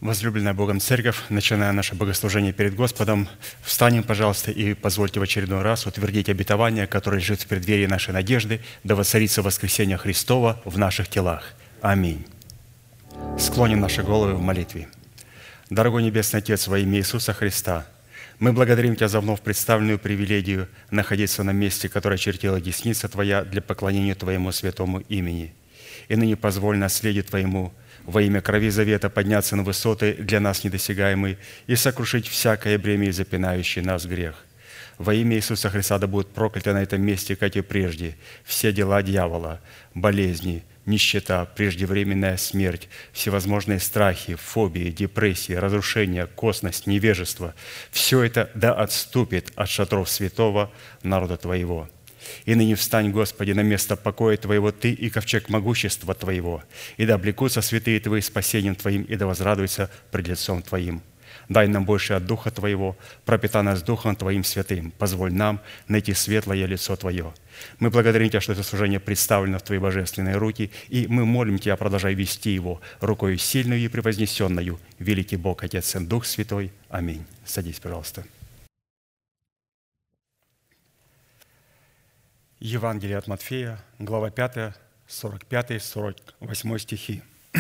Возлюбленная Богом Церковь, начиная наше богослужение перед Господом, встанем, пожалуйста, и позвольте в очередной раз утвердить обетование, которое лежит в преддверии нашей надежды, да воцарится воскресение Христова в наших телах. Аминь. Склоним наши головы в молитве. Дорогой Небесный Отец, во имя Иисуса Христа, мы благодарим Тебя за вновь представленную привилегию находиться на месте, которое очертила десница Твоя для поклонения Твоему святому имени. И ныне позволь наследию Твоему во имя крови завета подняться на высоты для нас недосягаемые и сокрушить всякое бремя и запинающий нас грех. Во имя Иисуса Христа да будут прокляты на этом месте, как и прежде, все дела дьявола, болезни, нищета, преждевременная смерть, всевозможные страхи, фобии, депрессии, разрушения, косность, невежество. Все это да отступит от шатров святого народа Твоего. И ныне встань, Господи, на место покоя Твоего Ты и ковчег могущества Твоего, и да облекутся святые Твои спасением Твоим, и да возрадуются пред лицом Твоим. Дай нам больше от Духа Твоего, пропитай нас Духом Твоим святым, позволь нам найти светлое лицо Твое. Мы благодарим Тебя, что это служение представлено в Твои божественные руки, и мы молим Тебя, продолжай вести его рукою сильную и превознесенную, великий Бог, Отец, Сын, Дух Святой. Аминь. Садись, пожалуйста. Евангелие от Матфея, глава 5, 45-48 стихи.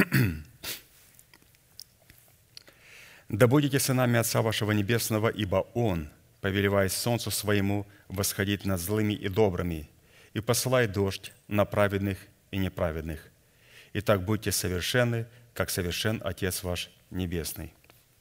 «Да будете сынами Отца вашего Небесного, ибо Он, повелевая солнцу своему, восходить над злыми и добрыми, и посылает дождь на праведных и неправедных. Итак, будьте совершенны, как совершен Отец ваш Небесный».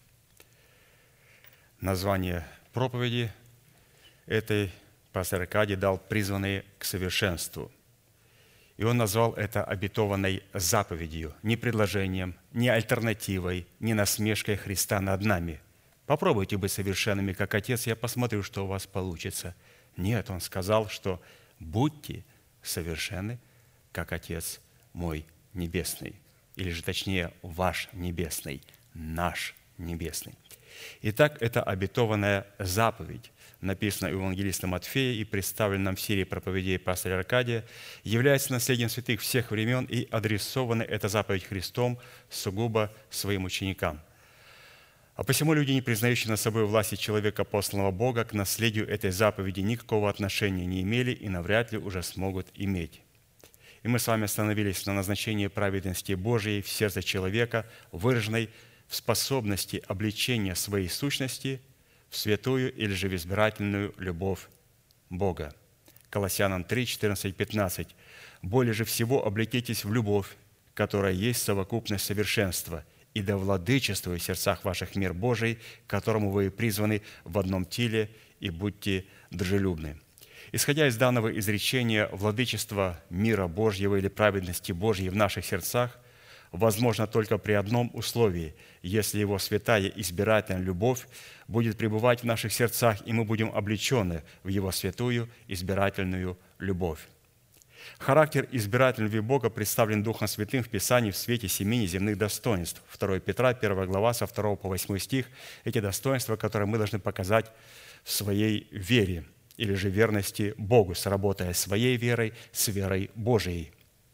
Название проповеди этой пастор Аркадий дал «призванные к совершенству». И он назвал это обетованной заповедью, не предложением, не альтернативой, не насмешкой Христа над нами. Попробуйте быть совершенными, как Отец, я посмотрю, что у вас получится. Нет, он сказал, что будьте совершенны, как Отец мой Небесный. Или же точнее, ваш Небесный, наш Небесный. Итак, это обетованная заповедь, написано у евангелиста Матфея и представлена нам в серии проповедей пастыря Аркадия, является наследием святых всех времен, и адресована эта заповедь Христом сугубо своим ученикам. А посему люди, не признающие над собой власти человека, посланного Бога, к наследию этой заповеди никакого отношения не имели и навряд ли уже смогут иметь. И мы с вами остановились на назначении праведности Божией в сердце человека, выраженной в способности обличения своей сущности в святую или же в избирательную любовь Бога. Колоссянам 3, 14, 15. «Более же всего облекитесь в любовь, которая есть совокупность совершенства, и да владычествует в сердцах ваших мир Божий, к которому вы призваны в одном теле, и будьте дружелюбны». Исходя из данного изречения, владычество мира Божьего или праведности Божьей в наших сердцах возможно только при одном условии, если Его святая избирательная любовь будет пребывать в наших сердцах, и мы будем облечены в Его святую избирательную любовь. Характер избирательной любви Бога представлен Духом Святым в Писании в свете 7 неземных достоинств. 2 Петра, 1 глава, со 2 по 8 стих. Эти достоинства, которые мы должны показать в своей вере или же верности Богу, сработая своей верой с верой Божией.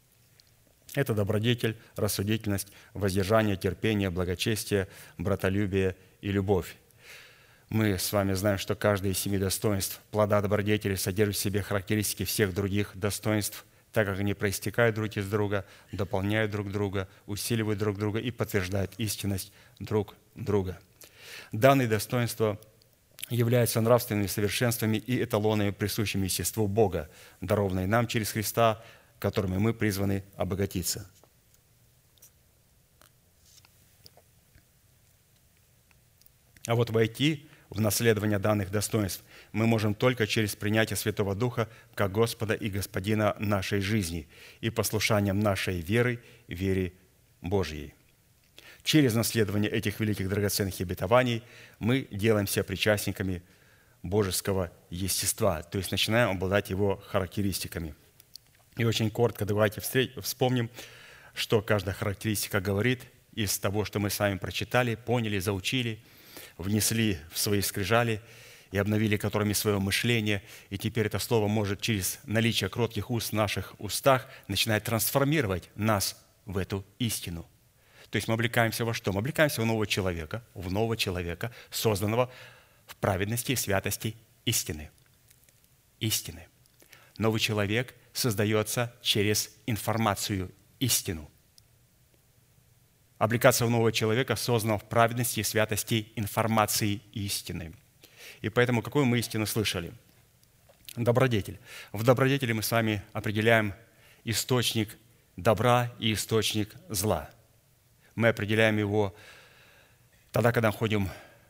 Это добродетель, рассудительность, воздержание, терпение, благочестие, братолюбие и любовь. Мы с вами знаем, что каждое из 7 достоинств плода добродетели содержит в себе характеристики всех других достоинств, так как они проистекают друг из друга, дополняют друг друга, усиливают друг друга и подтверждают истинность друг друга. Данные достоинства являются нравственными совершенствами и эталонами, присущими естеству Бога, дарованные нам через Христа, которыми мы призваны обогатиться. А вот войти в наследование данных достоинств мы можем только через принятие Святого Духа как Господа и Господина нашей жизни и послушанием нашей веры, вере Божьей. Через наследование этих великих драгоценных обетований мы делаемся причастниками божеского естества, то есть начинаем обладать его характеристиками. И очень коротко давайте вспомним, что каждая характеристика говорит из того, что мы с вами прочитали, поняли, заучили, внесли в свои скрижали и обновили которыми свое мышление. И теперь это слово может через наличие кротких уст в наших устах начинать трансформировать нас в эту истину. То есть мы облекаемся во что? Мы облекаемся в нового человека, созданного в праведности, святости, истины. Истины. Новый человек создается через информацию, истину. Облекаться в нового человека, созданного в праведности, святости, информации истины. И поэтому какую мы истину слышали? Добродетель. В добродетели мы с вами определяем источник добра и источник зла. Мы определяем его тогда, когда ходим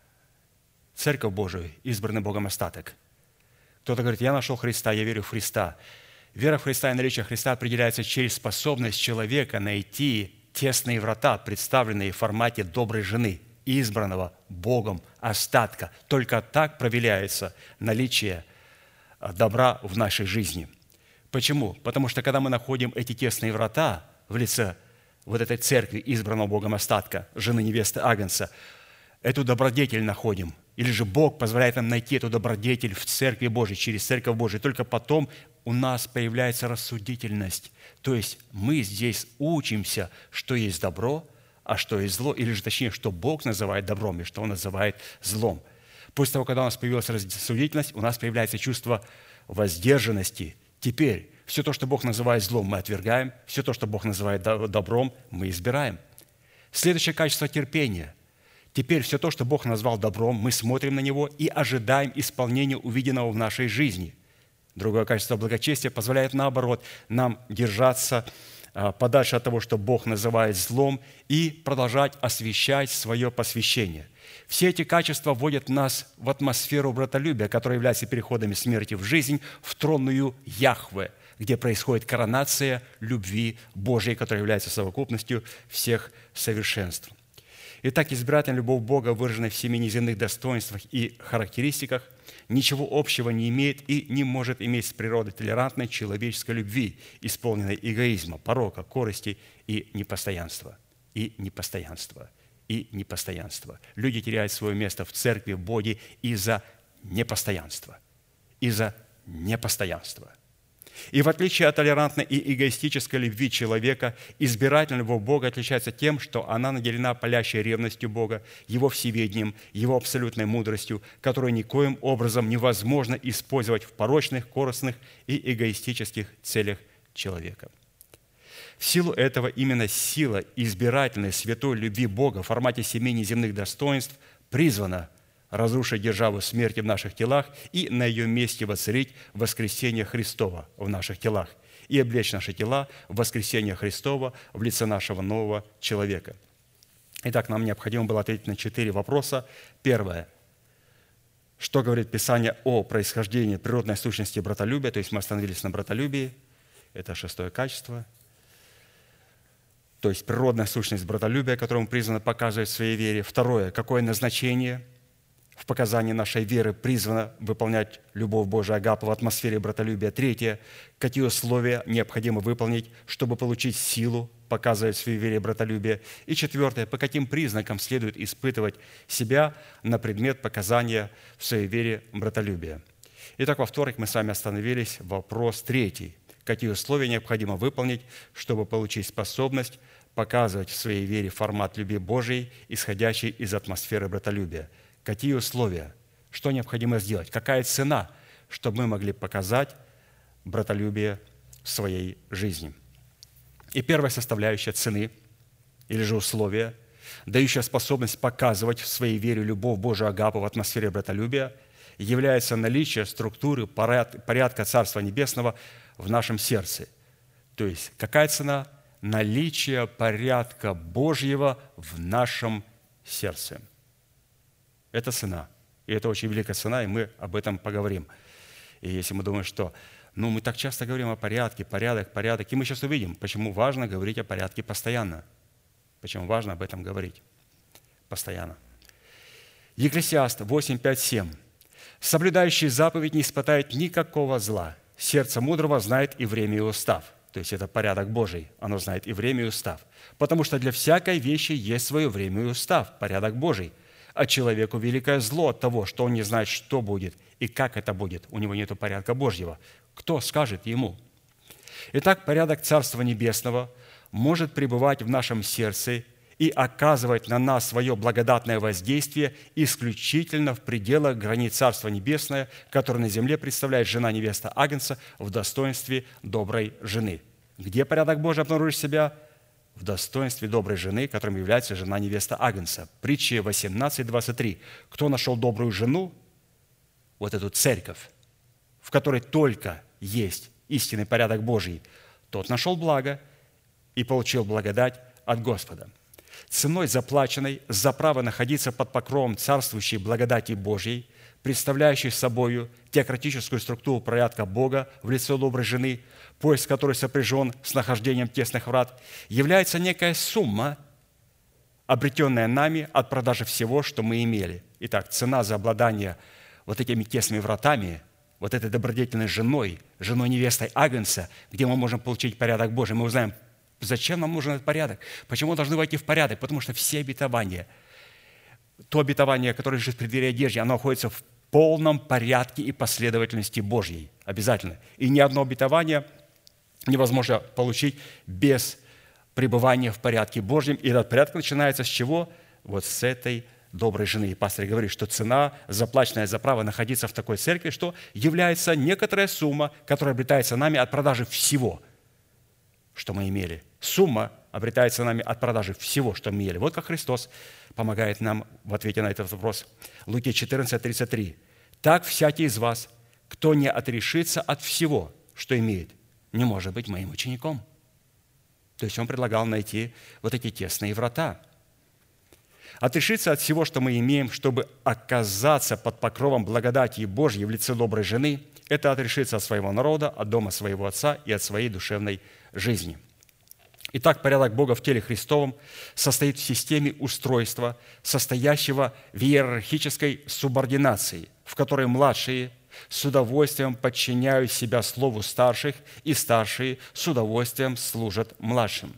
в Церковь Божию, избранный Богом остаток. Кто-то говорит, я нашел Христа, я верю в Христа. Вера в Христа и наличие Христа определяется через способность человека найти тесные врата, представленные в формате доброй жены, избранного Богом остатка. Только так проявляется наличие добра в нашей жизни. Почему? Потому что когда мы находим эти тесные врата в лице вот этой церкви, избранного Богом остатка, жены невесты Агнца, эту добродетель находим. Или же Бог позволяет нам найти эту добродетель в Церкви Божией, через Церковь Божию. Только потом у нас появляется рассудительность. То есть мы здесь учимся, что есть добро, а что есть зло, или же точнее, что Бог называет добром и что Он называет злом. После того, когда у нас появилась рассудительность, у нас появляется чувство воздержанности. Теперь все то, что Бог называет злом, мы отвергаем, все то, что Бог называет добром, мы избираем. Следующее качество – терпения. Теперь все то, что Бог назвал добром, мы смотрим на него и ожидаем исполнения увиденного в нашей жизни. Другое качество благочестия позволяет, наоборот, нам держаться подальше от того, что Бог называет злом, и продолжать освящать свое посвящение. Все эти качества вводят нас в атмосферу братолюбия, которая является переходами смерти в жизнь, в тронную Яхве, где происходит коронация любви Божией, которая является совокупностью всех совершенств. Итак, избирательная любовь Бога, выраженная в 7 неземных достоинствах и характеристиках, ничего общего не имеет и не может иметь с природой толерантной человеческой любви, исполненной эгоизма, порока, корысти и непостоянства. И непостоянства. И непостоянства. Люди теряют свое место в церкви, в Боге из-за непостоянства. Из-за непостоянства. И в отличие от толерантной и эгоистической любви человека, избирательная любовь Бога отличается тем, что она наделена палящей ревностью Бога, Его всеведением, Его абсолютной мудростью, которую никоим образом невозможно использовать в порочных, корыстных и эгоистических целях человека. В силу этого именно сила избирательной святой любви Бога в формате 7 неземных достоинств призвана разрушить державу смерти в наших телах и на ее месте воцарить воскресение Христова в наших телах и облечь наши тела в воскресение Христова в лице нашего нового человека. Итак, нам необходимо было ответить на 4 вопроса. Первое. Что говорит Писание о происхождении природной сущности братолюбия? То есть мы остановились на братолюбии. Это 6 качество. То есть природная сущность братолюбия, которую мы призваны показывать в своей вере. Второе. Какое назначение в показании нашей веры призвано выполнять любовь Божия Агапы в атмосфере братолюбия. Третье. Какие условия необходимо выполнить, чтобы получить силу, показывать в своей вере братолюбие. И четвертое. По каким признакам следует испытывать себя на предмет показания в своей вере братолюбия. Итак, во вторник мы с вами остановились. Вопрос 3. Какие условия необходимо выполнить, чтобы получить способность показывать в своей вере формат любви Божией, исходящей из атмосферы братолюбия. Какие условия? Что необходимо сделать? Какая цена, чтобы мы могли показать братолюбие в своей жизни? И первая составляющая цены, или же условия, дающая способность показывать в своей вере любовь Божию Агапу в атмосфере братолюбия, является наличие структуры порядка Царства Небесного в нашем сердце. То есть, какая цена? Наличие порядка Божьего в нашем сердце. Это цена. И это очень великая цена, и мы об этом поговорим. И если мы думаем, что мы так часто говорим о порядке, порядок, и мы сейчас увидим, почему важно говорить о порядке постоянно. Почему важно об этом говорить постоянно. Екклесиаст 8, 5, 7. «Соблюдающий заповедь не испытает никакого зла. Сердце мудрого знает и время, и устав». То есть это порядок Божий. Оно знает и время, и устав. Потому что для всякой вещи есть свое время и устав, порядок Божий. А человеку великое зло от того, что он не знает, что будет и как это будет. У него нет порядка Божьего. Кто скажет ему? Итак, порядок Царства Небесного может пребывать в нашем сердце и оказывать на нас свое благодатное воздействие исключительно в пределах границ Царства Небесного, которое на земле представляет жена-невеста Агнца в достоинстве доброй жены. Где порядок Божий обнаружишь себя? В достоинстве доброй жены, которым является жена-невеста Агнца. Притча 18:23. Кто нашел добрую жену? Вот эту церковь, в которой только есть истинный порядок Божий, тот нашел благо и получил благодать от Господа. Ценой, заплаченной за право находиться под покровом царствующей благодати Божьей, представляющей собою теократическую структуру порядка Бога в лице доброй жены, поиск которой сопряжен с нахождением тесных врат, является некая сумма, обретенная нами от продажи всего, что мы имели. Итак, цена за обладание вот этими тесными вратами, вот этой добродетельной женой, женой-невестой Агнца, где мы можем получить порядок Божий. Мы узнаем, зачем нам нужен этот порядок, почему мы должны войти в порядок, потому что все обетования, то обетование, которое лежит в преддверии одежды, оно находится в полном порядке и последовательности Божьей, обязательно. И ни одно обетование невозможно получить без пребывания в порядке Божьем. И этот порядок начинается с чего? Вот с этой доброй жены. И пастор говорит, что цена, заплаченная за право находиться в такой церкви, что является некоторая сумма, которая обретается нами от продажи всего, что мы имели. Сумма обретается нами от продажи всего, что мы имели. Вот как Христос помогает нам в ответе на этот вопрос. Луки 14:33. «Так всякий из вас, кто не отрешится от всего, что имеет, не может быть моим учеником». То есть он предлагал найти вот эти тесные врата. Отрешиться от всего, что мы имеем, чтобы оказаться под покровом благодати Божьей в лице доброй жены, это отрешиться от своего народа, от дома своего отца и от своей душевной жизни. Итак, порядок Бога в теле Христовом состоит в системе устройства, состоящего в иерархической субординации, в которой младшие с удовольствием подчиняют себя слову старших, и старшие с удовольствием служат младшим.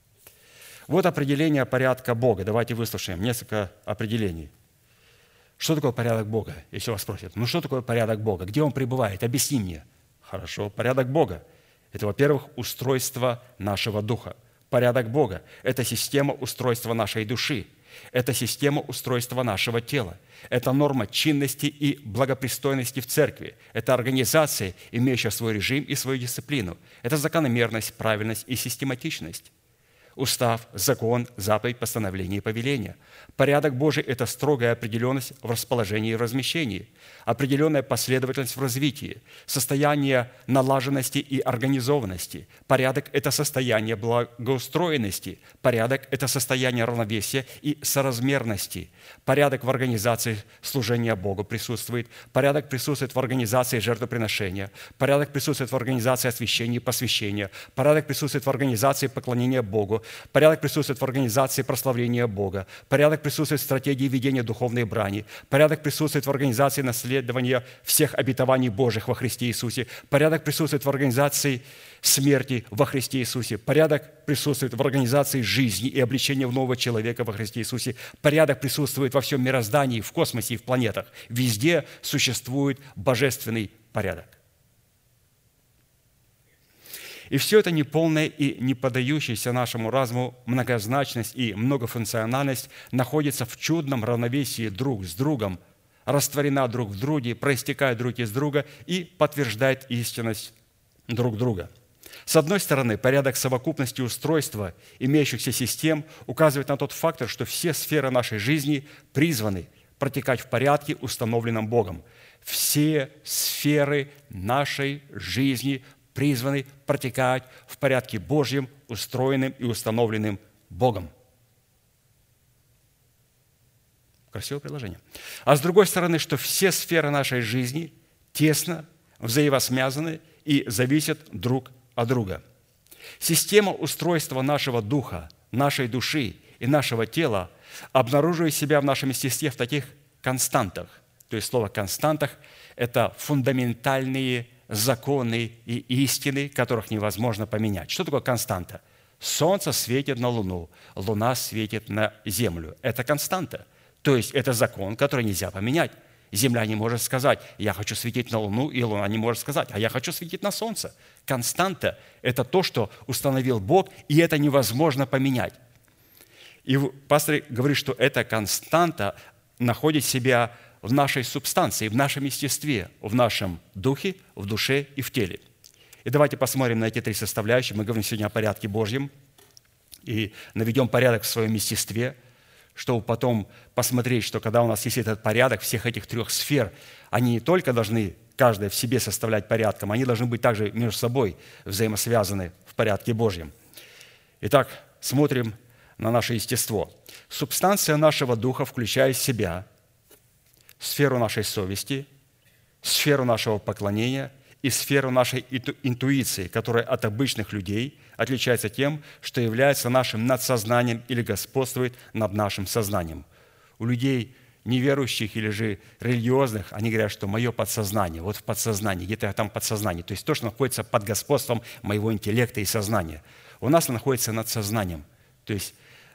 Вот определение порядка Бога. Давайте выслушаем несколько определений. Что такое порядок Бога? Если вас спросят, что такое порядок Бога? Где он пребывает? Объясни мне. Хорошо, порядок Бога – это, во-первых, устройство нашего духа. Порядок Бога – это система устройства нашей души. Это система устройства нашего тела. Это норма чинности и благопристойности в церкви. Это организация, имеющая свой режим и свою дисциплину. Это закономерность, правильность и систематичность. Устав, закон, заповедь, постановление и повеление. Порядок Божий – это строгая определенность в расположении и в размещении, определенная последовательность в развитии, состояние налаженности и организованности. Порядок – это состояние благоустроенности. Порядок – это состояние равновесия и соразмерности. Порядок в организации служения Богу присутствует. Порядок присутствует в организации жертвоприношения. Порядок присутствует в организации освящения и посвящения. Порядок присутствует в организации поклонения Богу. Порядок присутствует в организации прославления Бога. Порядок присутствует в стратегии ведения духовной брани. Порядок присутствует в организации наследования всех обетований Божьих во Христе Иисусе. Порядок присутствует в организации смерти во Христе Иисусе. Порядок присутствует в организации жизни и обличения в нового человека во Христе Иисусе. Порядок присутствует во всем мироздании, в космосе и в планетах. Везде существует божественный порядок. И все это неполная и не поддающаяся нашему разуму многозначность и многофункциональность находится в чудном равновесии друг с другом, растворена друг в друге, проистекает друг из друга и подтверждает истинность друг друга. С одной стороны, порядок совокупности устройства имеющихся систем указывает на тот фактор, что все сферы нашей жизни призваны протекать в порядке, установленном Богом. Все сферы нашей жизни призваны протекать в порядке Божьем, устроенным и установленным Богом. Красивое предложение. А с другой стороны, что все сферы нашей жизни тесно взаимосвязаны и зависят друг от друга. Система устройства нашего духа, нашей души и нашего тела обнаруживает себя в нашем естестве в таких константах. То есть слово «константах» – это фундаментальные законы и истины, которых невозможно поменять. Что такое константа? Солнце светит на Луну, Луна светит на Землю. Это константа. То есть это закон, который нельзя поменять. Земля не может сказать, я хочу светить на Луну, и Луна не может сказать, а я хочу светить на Солнце. Константа – это то, что установил Бог, и это невозможно поменять. И пастор говорит, что эта константа находит себя в нашей субстанции, в нашем естестве, в нашем духе, в душе и в теле. И давайте посмотрим на эти три составляющие. Мы говорим сегодня о порядке Божьем и наведем порядок в своем естестве, чтобы потом посмотреть, что когда у нас есть этот порядок всех этих трех сфер, они не только должны каждая в себе составлять порядком, они должны быть также между собой взаимосвязаны в порядке Божьем. Итак, смотрим на наше естество. Субстанция нашего духа включает в себя сферу нашей совести, сферу нашего поклонения и сферу нашей интуиции, которая от обычных людей отличается тем, что является нашим надсознанием или господствует над нашим сознанием. У людей неверующих или же религиозных, они говорят, что мое подсознание, вот в подсознании, где-то там подсознание, то есть то, что находится под господством моего интеллекта и сознания. У нас находится над сознанием, то есть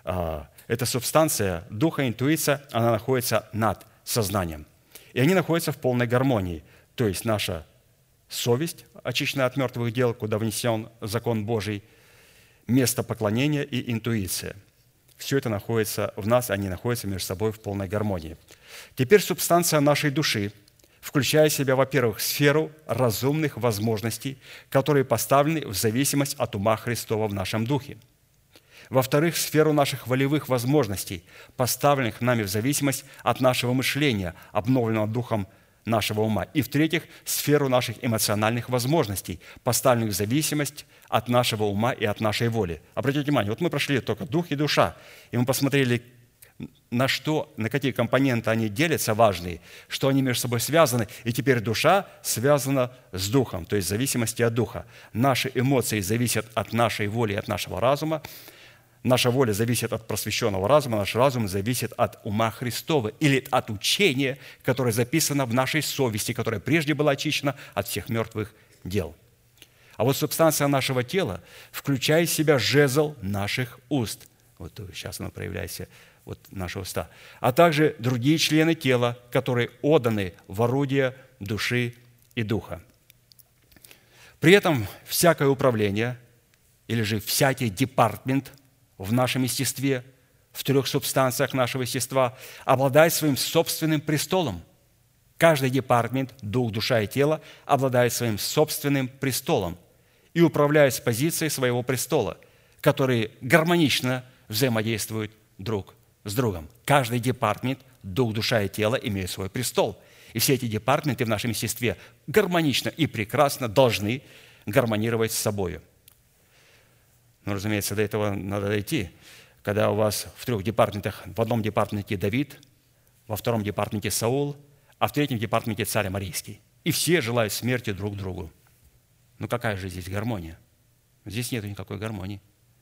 эта субстанция духа, интуиция, она находится над сознанием. И они находятся в полной гармонии, то есть наша совесть, очищенная от мертвых дел, куда внесен закон Божий, место поклонения и интуиция. Все это находится в нас, они находятся между собой в полной гармонии. Теперь субстанция нашей души, включая в себя, во-первых, сферу разумных возможностей, которые поставлены в зависимость от ума Христова в нашем духе. Во-вторых, сферу наших волевых возможностей, поставленных нами в зависимость от нашего мышления, обновленного духом нашего ума. И в-третьих, сферу наших эмоциональных возможностей, поставленных в зависимость от нашего ума и от нашей воли. Обратите внимание, вот мы прошли только дух и душа, и мы посмотрели, на какие компоненты они делятся важные, что они между собой связаны, и теперь душа связана с духом, то есть в зависимости от духа. Наши эмоции зависят от нашей воли и от нашего разума, наша воля зависит от просвещенного разума, наш разум зависит от ума Христова или от учения, которое записано в нашей совести, которая прежде была очищена от всех мертвых дел. А вот субстанция нашего тела включает в себя жезл наших уст. Вот сейчас оно проявляется, вот наши уста. А также другие члены тела, которые отданы в орудие души и духа. При этом всякое управление или же всякий департмент в нашем естестве, в трех субстанциях нашего естества, обладает своим собственным престолом. Каждый департмент, дух, душа и тело, обладает своим собственным престолом и управляет с позиции своего престола, которые гармонично взаимодействуют друг с другом. Каждый департмент, дух, душа и тело имеют свой престол. И все эти департменты в нашем естестве гармонично и прекрасно должны гармонировать с собой. Но, разумеется, до этого надо дойти. Когда у вас в трех департаментах, в одном департаменте Давид, во втором департаменте Саул, а в третьем департаменте царь Аморейский. И все желают смерти друг другу. Ну какая же здесь гармония? Здесь нет никакой гармонии.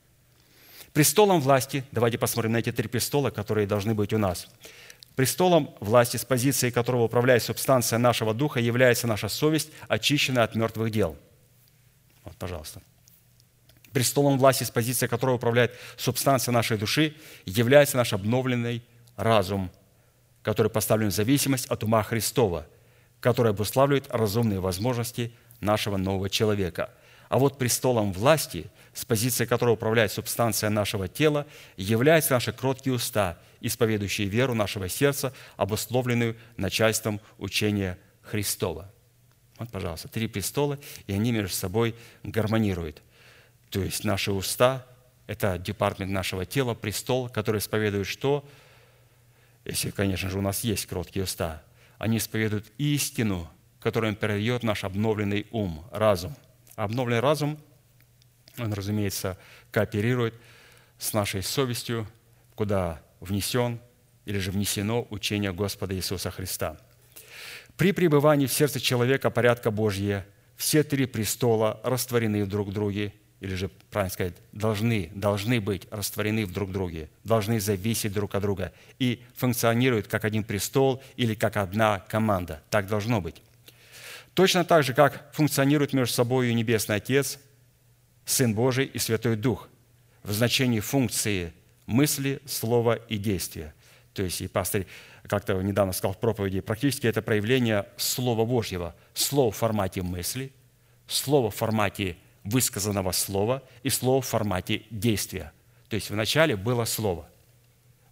Престолом власти, давайте посмотрим на эти три престола, которые должны быть у нас. Престолом власти, с позиции которого управляет субстанция нашего духа, является наша совесть, очищенная от мертвых дел. Вот, пожалуйста. Престолом власти, с позиции которого управляет субстанция нашей души, является наш обновленный разум, который поставлен в зависимость от ума Христова, который обуславливает разумные возможности нашего нового человека. А вот престолом власти, с позиции которого управляет субстанция нашего тела, являются наши кроткие уста, исповедующие веру нашего сердца, обусловленную начальством учения Христова. Вот, пожалуйста, три престола, и они между собой гармонируют. То есть наши уста – это департмент нашего тела, престол, который исповедует что? Если, конечно же, у нас есть кроткие уста. Они исповедуют истину, которую им передает наш обновленный ум, разум. А обновленный разум, он, разумеется, кооперирует с нашей совестью, куда внесен или же внесено учение Господа Иисуса Христа. При пребывании в сердце человека порядка Божьего все три престола растворены друг в друге, или же, правильно сказать, должны быть растворены в друг друге, должны зависеть друг от друга и функционируют как один престол или как одна команда. Так должно быть. Точно так же, как функционируют между собой Небесный Отец, Сын Божий и Святой Дух в значении функции мысли, слова и действия. То есть, и пастор как-то недавно сказал в проповеди, практически это проявление Слова Божьего. Слово в формате мысли, слово в формате высказанного слова и слово в формате действия. То есть вначале было слово.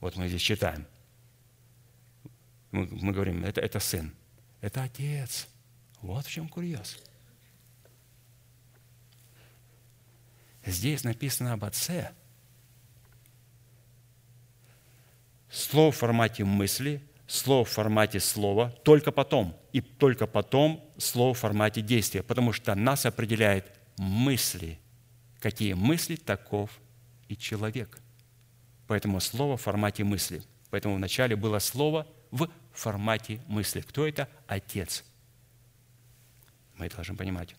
Вот мы здесь читаем. Мы говорим, это Сын, это Отец. Вот в чем курьез. Здесь написано об Отце. Слово в формате мысли, слово в формате слова, только потом. И только потом слово в формате действия. Потому что нас определяет мысли. Какие мысли, таков и человек. Поэтому слово в формате мысли. Поэтому вначале было слово в формате мысли. Кто это? Отец. Мы это должны понимать.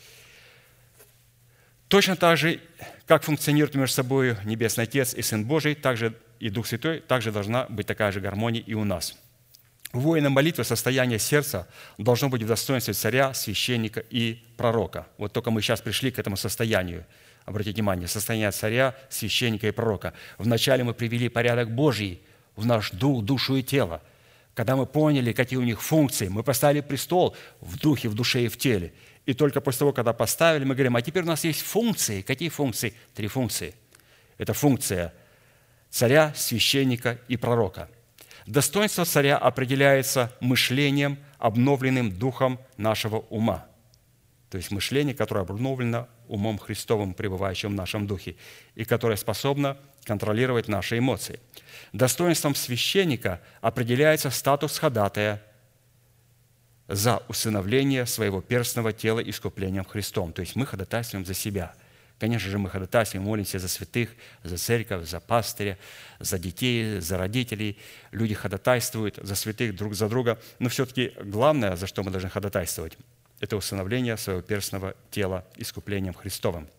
Точно так же, как функционирует между собой Небесный Отец и Сын Божий, также и Дух Святой, также должна быть такая же гармония и у нас. Воина молитвы, состояние сердца должно быть в достоинстве царя, священника и пророка. Вот только мы сейчас пришли к этому состоянию. Обратите внимание, состояние царя, священника и пророка. Вначале мы привели порядок Божий в наш дух, душу и тело. Когда мы поняли, какие у них функции, мы поставили престол в духе, в душе и в теле. И только после того, когда поставили, мы говорим, а теперь у нас есть функции. Какие функции? 3 функции. Это функция царя, священника и пророка. Достоинство царя определяется мышлением, обновленным духом нашего ума. То есть мышление, которое обновлено умом Христовым, пребывающим в нашем духе, и которое способно контролировать наши эмоции. Достоинством священника определяется статус ходатая за усыновление своего перстного тела искуплением Христом. То есть мы ходатайствуем за себя. Конечно же, мы ходатайствуем, молимся за святых, за церковь, за пастыря, за детей, за родителей. Люди ходатайствуют за святых друг за друга. Но все-таки главное, за что мы должны ходатайствовать, это усыновление своего перстного тела искуплением Христовым.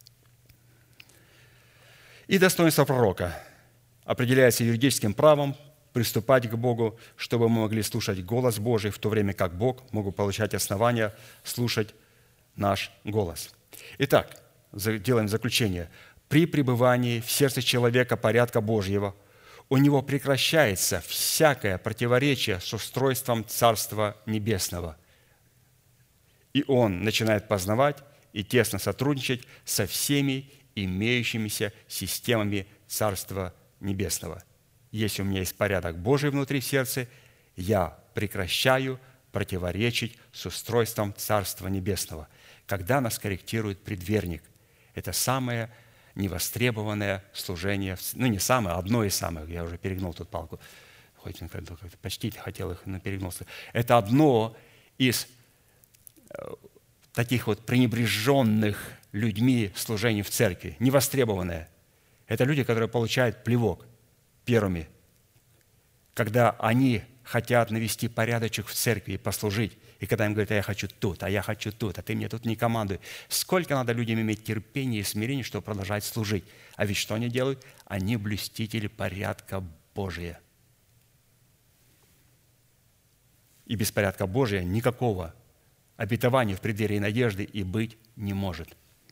И достоинство пророка определяется юридическим правом приступать к Богу, чтобы мы могли слушать голос Божий, в то время как Бог мог получать основания слушать наш голос. Итак, делаем заключение. При пребывании в сердце человека порядка Божьего у него прекращается всякое противоречие с устройством Царства Небесного. И он начинает познавать и тесно сотрудничать со всеми имеющимися системами Царства Небесного. Если у меня есть порядок Божий внутри в сердце, я прекращаю противоречить с устройством Царства Небесного. Когда нас корректирует предверник, это самое невостребованное служение, не самое, одно из самых, я уже перегнул тут палку, хоть почти хотел их, но перегнулся. Это одно из таких вот пренебреженных людьми служений в церкви, невостребованное. Это люди, которые получают плевок первыми, когда они хотят навести порядочек в церкви и послужить. И когда им говорят, а я хочу тут, а ты мне тут не командуй. Сколько надо людям иметь терпения и смирения, чтобы продолжать служить. А ведь что они делают? Они блюстители порядка Божия. И без порядка Божия никакого обетования в преддверии надежды и быть не может.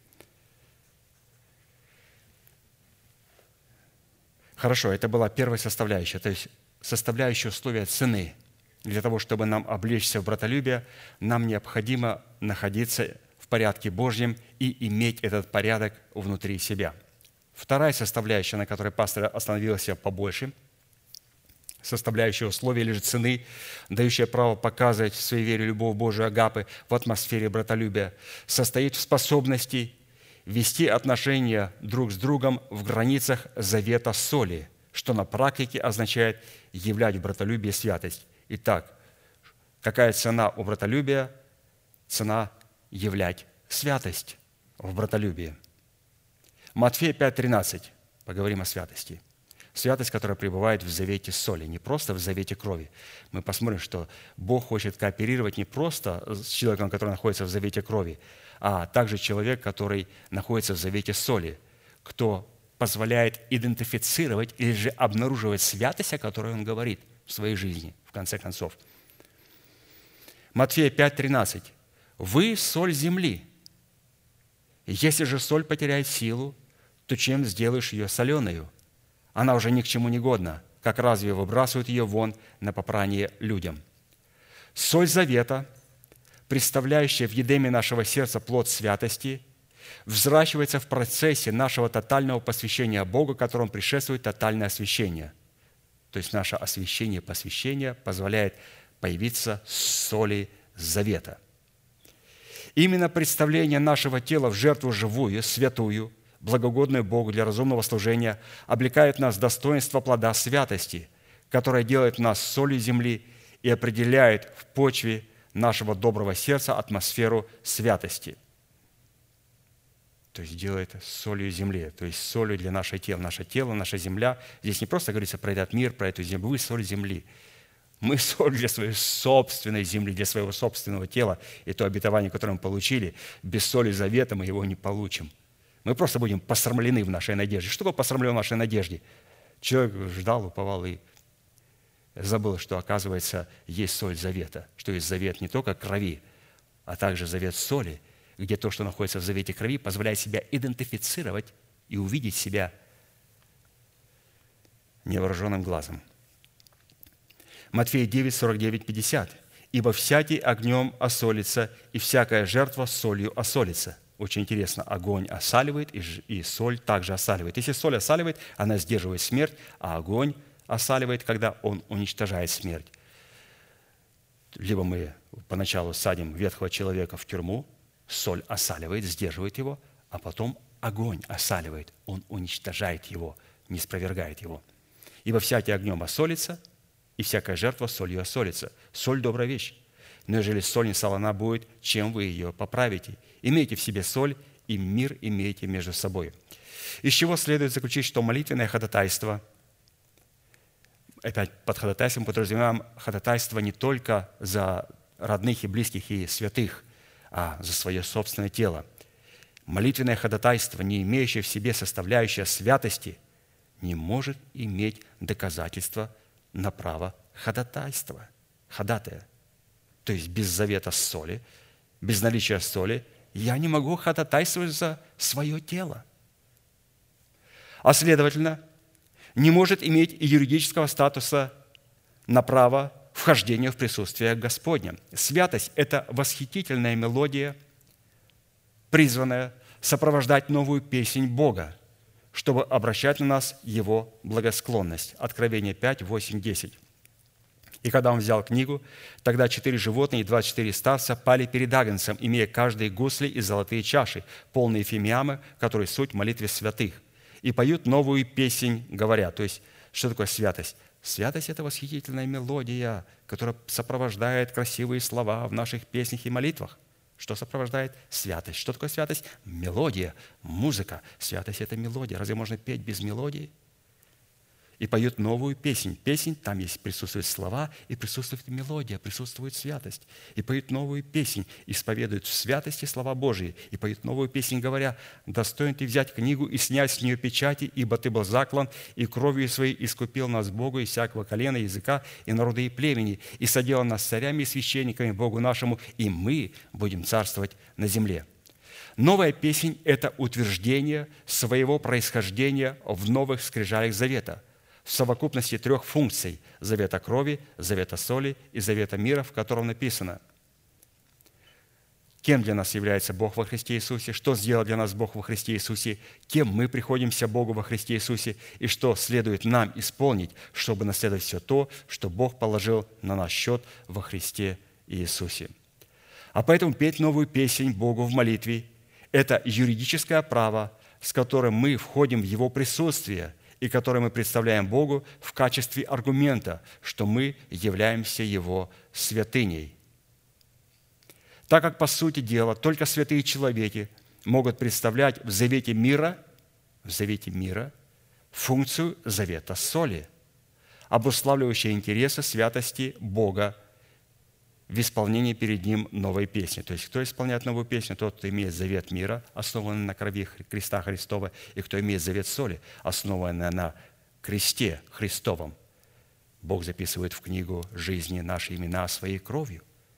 Хорошо, это была первая составляющая, то есть составляющая условия цены. Для того, чтобы нам облечься в братолюбие, нам необходимо находиться в порядке Божьем и иметь этот порядок внутри себя. Вторая составляющая, на которой пастор остановился побольше, составляющая условия или же цены, дающая право показывать в своей вере любовь Божию агапы в атмосфере братолюбия, состоит в способности вести отношения друг с другом в границах завета соли, что на практике означает являть в братолюбии святость. Итак, какая цена у братолюбия? Цена являть святость в братолюбии. Матфея 5:13. Поговорим о святости. Святость, которая пребывает в завете соли, не просто в завете крови. Мы посмотрим, что Бог хочет кооперировать не просто с человеком, который находится в завете крови, а также человек, который находится в завете соли, кто позволяет идентифицировать или же обнаруживать святость, о которой он говорит в своей жизни, в конце концов. Матфея 5:13. «Вы – соль земли. Если же соль потеряет силу, то чем сделаешь ее соленою? Она уже ни к чему не годна, как разве выбрасывают ее вон на попрание людям? Соль завета, представляющая в едеме нашего сердца плод святости, взращивается в процессе нашего тотального посвящения Богу, которому предшествует тотальное освящение». то есть наше освящение, посвящение, позволяет появиться соли завета. Именно представление нашего тела в жертву живую, святую, благогодную Богу для разумного служения облекает нас в достоинство плода святости, которое делает нас солью земли и определяет в почве нашего доброго сердца атмосферу святости. То есть делает солью земли, то есть солью для нашего тела. Наше тело, наша земля. Здесь не просто говорится про этот мир, про эту землю. Вы соль земли. Мы соль для своей собственной земли, для своего собственного тела. И то обетование, которое мы получили, без соли завета мы его не получим. Мы просто будем посрамлены в нашей надежде. Что такое посрамлен в нашей надежде? Человек ждал, уповал и забыл, что, оказывается, есть соль завета, что есть завет не только крови, а также завет соли, где то, что находится в завете крови, позволяет себя идентифицировать и увидеть себя невооруженным глазом. Матфея 9, 49, 50. «Ибо всякий огнем осолится, и всякая жертва солью осолится». Очень интересно, огонь осаливает, и соль также осаливает. Если соль осаливает, она сдерживает смерть, а огонь осаливает, когда он уничтожает смерть. Либо мы поначалу садим ветхого человека в тюрьму, соль осаливает, сдерживает его, а потом огонь осаливает, он уничтожает его, не спровергает его. «Ибо всякий огнем осолится, и всякая жертва солью осолится». Соль – добрая вещь. Но ежели соль не солона будет, чем вы ее поправите? Имейте в себе соль, и мир имейте между собой. Из чего следует заключить, что молитвенное ходатайство, опять под ходатайством подразумеваем ходатайство не только за родных и близких и святых, а за свое собственное тело. Молитвенное ходатайство, не имеющее в себе составляющей святости, не может иметь доказательства на право ходатайства, ходатая. То есть без завета соли, без наличия соли я не могу ходатайствовать за свое тело. А следовательно, не может иметь и юридического статуса на право вхождения в присутствие Господня. Святость – это восхитительная мелодия, призванная сопровождать новую песнь Бога, чтобы обращать на нас Его благосклонность. Откровение 5, 8, 10. «И когда он взял книгу, тогда 4 животные и 24 старца пали перед Агнцем, имея каждые гусли и золотые чаши, полные фимиамы, которые суть молитвы святых, и поют новую песнь, говоря». То есть, что такое святость? Святость – это восхитительная мелодия, которая сопровождает красивые слова в наших песнях и молитвах. Что сопровождает святость? Что такое святость? Мелодия, музыка. Святость – это мелодия. Разве можно петь без мелодии? И поют новую песнь. Песнь, там есть, присутствуют слова, и присутствует мелодия, присутствует святость. И поют новую песнь, исповедуют в святости слова Божии. И поют новую песнь, говоря: «Достоин ты взять книгу и снять с нее печати, ибо ты был заклан, и кровью своей искупил нас Богу из всякого колена, языка, и народа, и племени, и соделал нас царями и священниками Богу нашему, и мы будем царствовать на земле». Новая песнь – это утверждение своего происхождения в новых скрижалях завета, в совокупности 3 функций – завета крови, завета соли и завета мира, в котором написано: кем для нас является Бог во Христе Иисусе, что сделал для нас Бог во Христе Иисусе, кем мы приходимся Богу во Христе Иисусе, и что следует нам исполнить, чтобы наследовать все то, что Бог положил на наш счет во Христе Иисусе. А поэтому петь новую песнь Богу в молитве – это юридическое право, с которым мы входим в Его присутствие и которое мы представляем Богу в качестве аргумента, что мы являемся Его святыней. Так как, по сути дела, только святые человеки могут представлять в завете мира функцию завета соли, обуславливающей интересы святости Бога в исполнении перед Ним новой песни. То есть, кто исполняет новую песню? Тот, кто имеет завет мира, основанный на крови креста Христова, и кто имеет завет соли, основанный на кресте Христовом. Бог записывает в книгу жизни наши имена своей кровью.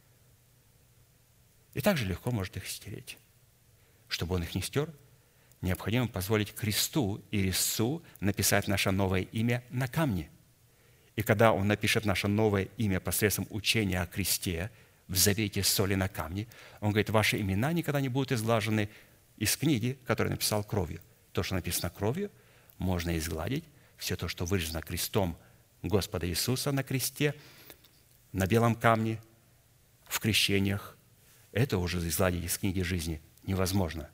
И также легко может их стереть. Чтобы Он их не стер, необходимо позволить кресту и резцу написать наше новое имя на камне. И когда Он напишет наше новое имя посредством учения о кресте в завете соли на камне, Он говорит: ваши имена никогда не будут изглажены из книги, которую написал кровью. То, что написано кровью, можно изгладить. Все то, что вырезано крестом Господа Иисуса на кресте, на белом камне, в крещениях, это уже изгладить из книги жизни невозможно.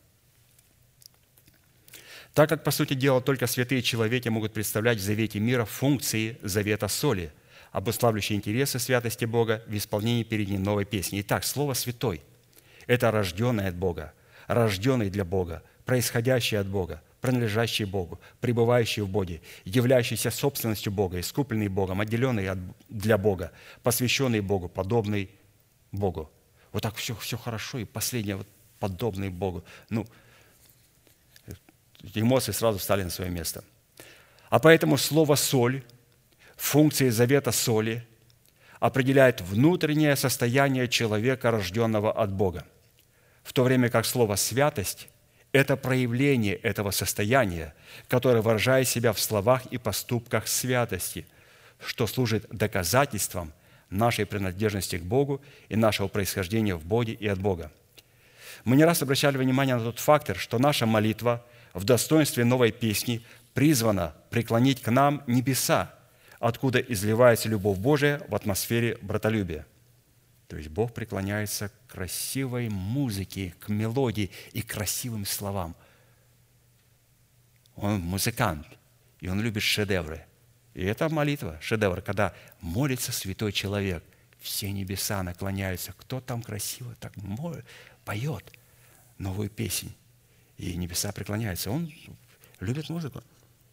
Так как, по сути дела, только святые человеки могут представлять в завете мира функции завета соли, обуславливающие интересы святости Бога в исполнении перед Ним новой песни. Итак, слово «святой» – это рожденный от Бога, рожденный для Бога, происходящий от Бога, принадлежащий Богу, пребывающий в Боге, являющийся собственностью Бога, искупленный Богом, отделенный для Бога, посвященный Богу, подобный Богу. Вот так все хорошо, и последнее, вот, подобный Богу. Эмоции сразу встали на свое место. А поэтому слово «соль», функции завета соли, определяет внутреннее состояние человека, рожденного от Бога, в то время как слово «святость» – это проявление этого состояния, которое выражает себя в словах и поступках святости, что служит доказательством нашей принадлежности к Богу и нашего происхождения в Боге и от Бога. Мы не раз обращали внимание на тот фактор, что наша молитва в достоинстве новой песни призвана преклонить к нам небеса, откуда изливается любовь Божия в атмосфере братолюбия. То есть Бог преклоняется к красивой музыке, к мелодии и красивым словам. Он музыкант, и он любит шедевры. И это молитва, шедевр, когда молится святой человек. Все небеса наклоняются. Кто там красиво так поет новую песнь. И небеса преклоняются. Он любит музыку.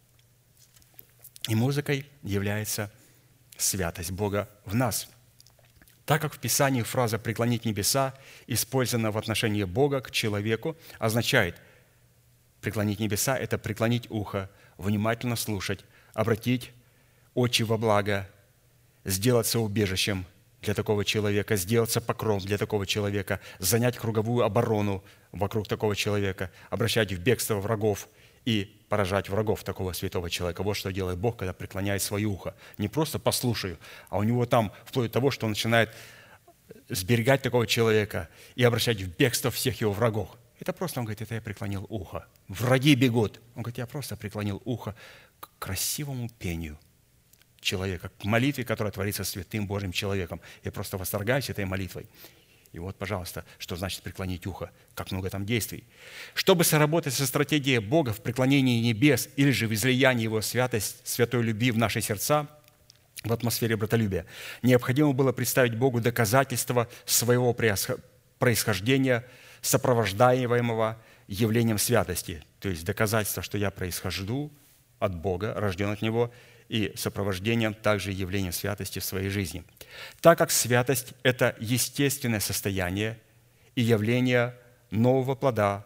И музыкой является святость Бога в нас. Так как в Писании фраза «преклонить небеса» использована в отношении Бога к человеку, означает преклонить небеса – это преклонить ухо, внимательно слушать, обратить очи во благо, сделаться убежищем для такого человека, сделаться покровом для такого человека, занять круговую оборону вокруг такого человека, обращать в бегство врагов и поражать врагов такого святого человека. Вот что делает Бог, когда преклоняет свое ухо. Не просто послушаю, а у него там вплоть до того, что он начинает сберегать такого человека и обращать в бегство всех его врагов. Это просто, он говорит, это я преклонил ухо. Враги бегут. Он говорит, я просто преклонил ухо к красивому пению человека, к молитве, которая творится святым Божьим человеком. Я просто восторгаюсь этой молитвой. И вот, пожалуйста, что значит преклонить ухо? Как много там действий. Чтобы соработать со стратегией Бога в преклонении небес или же в излиянии Его святой любви в наши сердца, в атмосфере братолюбия, необходимо было представить Богу доказательства своего происхождения, сопровождаемого явлением святости. То есть доказательство, что я происхожу от Бога, рожден от Него, и сопровождением также явлением святости в своей жизни. Так как святость – это естественное состояние и явление нового плода,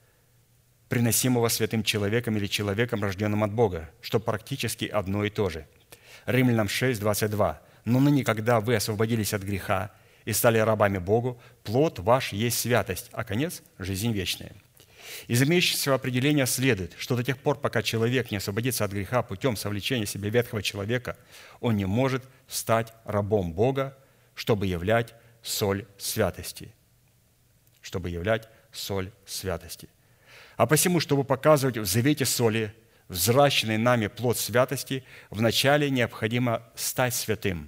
приносимого святым человеком или человеком, рожденным от Бога, что практически одно и то же. Римлянам 6, 22. «Но ныне, когда вы освободились от греха и стали рабами Богу, плод ваш есть святость, а конец – жизнь вечная». Из имеющегося определения следует, что до тех пор, пока человек не освободится от греха путем совлечения себе ветхого человека, он не может стать рабом Бога, чтобы являть соль святости. Чтобы являть соль святости. А посему, чтобы показывать в завете соли взращенный нами плод святости, вначале необходимо стать святым.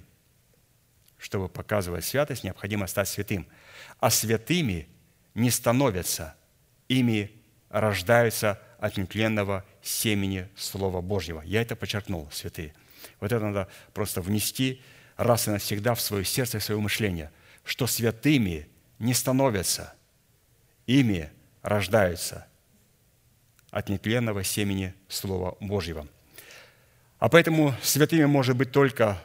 Чтобы показывать святость, необходимо стать святым. А святыми не становятся, ими рождаются от нетленного семени Слова Божьего. Я это подчеркнул, святые. Вот это надо просто внести раз и навсегда в свое сердце и в свое мышление, что святыми не становятся, ими рождаются от нетленного семени Слова Божьего. А поэтому святыми можно быть только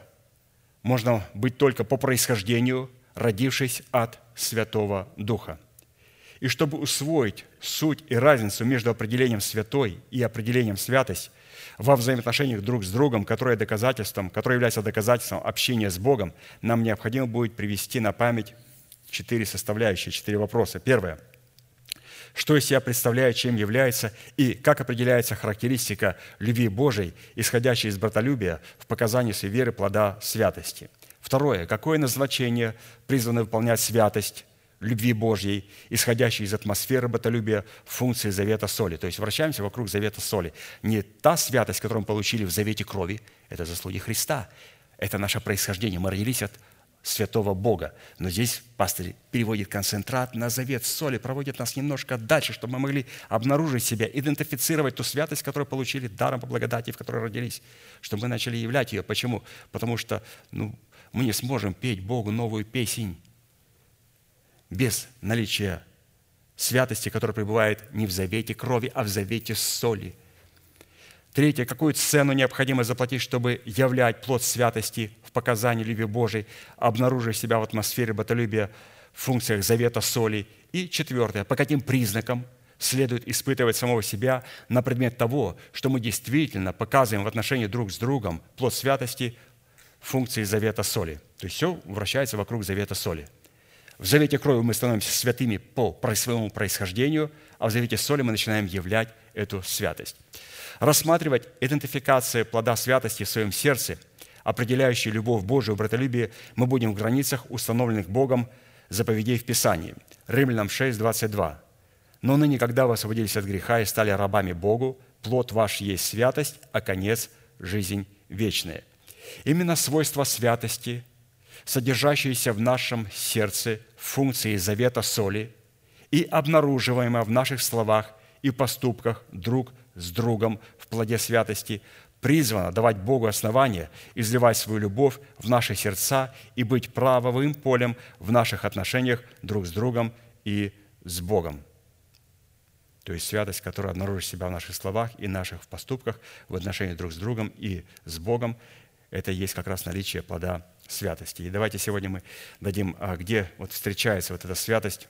по происхождению, родившись от Святого Духа. И чтобы усвоить суть и разницу между определением «святой» и определением «святость» во взаимоотношениях друг с другом, которое является доказательством общения с Богом, нам необходимо будет привести на память 4 составляющие, 4 вопроса. Первое. Что из себя представляет, чем является и как определяется характеристика любви Божией, исходящей из братолюбия в показании своей веры плода святости? Второе. Какое назначение призвано выполнять святость любви Божьей, исходящей из атмосферы братолюбия, функции завета соли? То есть вращаемся вокруг завета соли. Не та святость, которую мы получили в завете крови, это заслуги Христа. Это наше происхождение. Мы родились от святого Бога. Но здесь пастор переводит концентрат на завет соли, проводит нас немножко дальше, чтобы мы могли обнаружить себя, идентифицировать ту святость, которую получили даром по благодати, в которой родились, чтобы мы начали являть ее. Почему? Потому что мы не сможем петь Богу новую песнь без наличия святости, которая пребывает не в завете крови, а в завете соли. Третье. Какую цену необходимо заплатить, чтобы являть плод святости в показании любви Божией, обнаружив себя в атмосфере братолюбия, в функциях завета соли. И четвертое. По каким признакам следует испытывать самого себя на предмет того, что мы действительно показываем в отношении друг с другом плод святости в функции завета соли. То есть все вращается вокруг завета соли. В завете крови мы становимся святыми по своему происхождению, а в завете соли мы начинаем являть эту святость. Рассматривать идентификацию плода святости в своем сердце, определяющую любовь Божию, братолюбие, мы будем в границах, установленных Богом заповедей в Писании. Римлянам 6, 22. «Но ныне, когда вы освободились от греха и стали рабами Богу, плод ваш есть святость, а конец – жизнь вечная». Именно свойства святости, содержащиеся в нашем сердце в функции завета соли и обнаруживаемые в наших словах и поступках друг с другом в плоде святости, призвано давать Богу основания, изливать свою любовь в наши сердца и быть правовым полем в наших отношениях друг с другом и с Богом. То есть святость, которая обнаружит себя в наших словах и наших поступках в отношении друг с другом и с Богом, это и есть как раз наличие плода святости. И давайте сегодня мы дадим, где встречается эта святость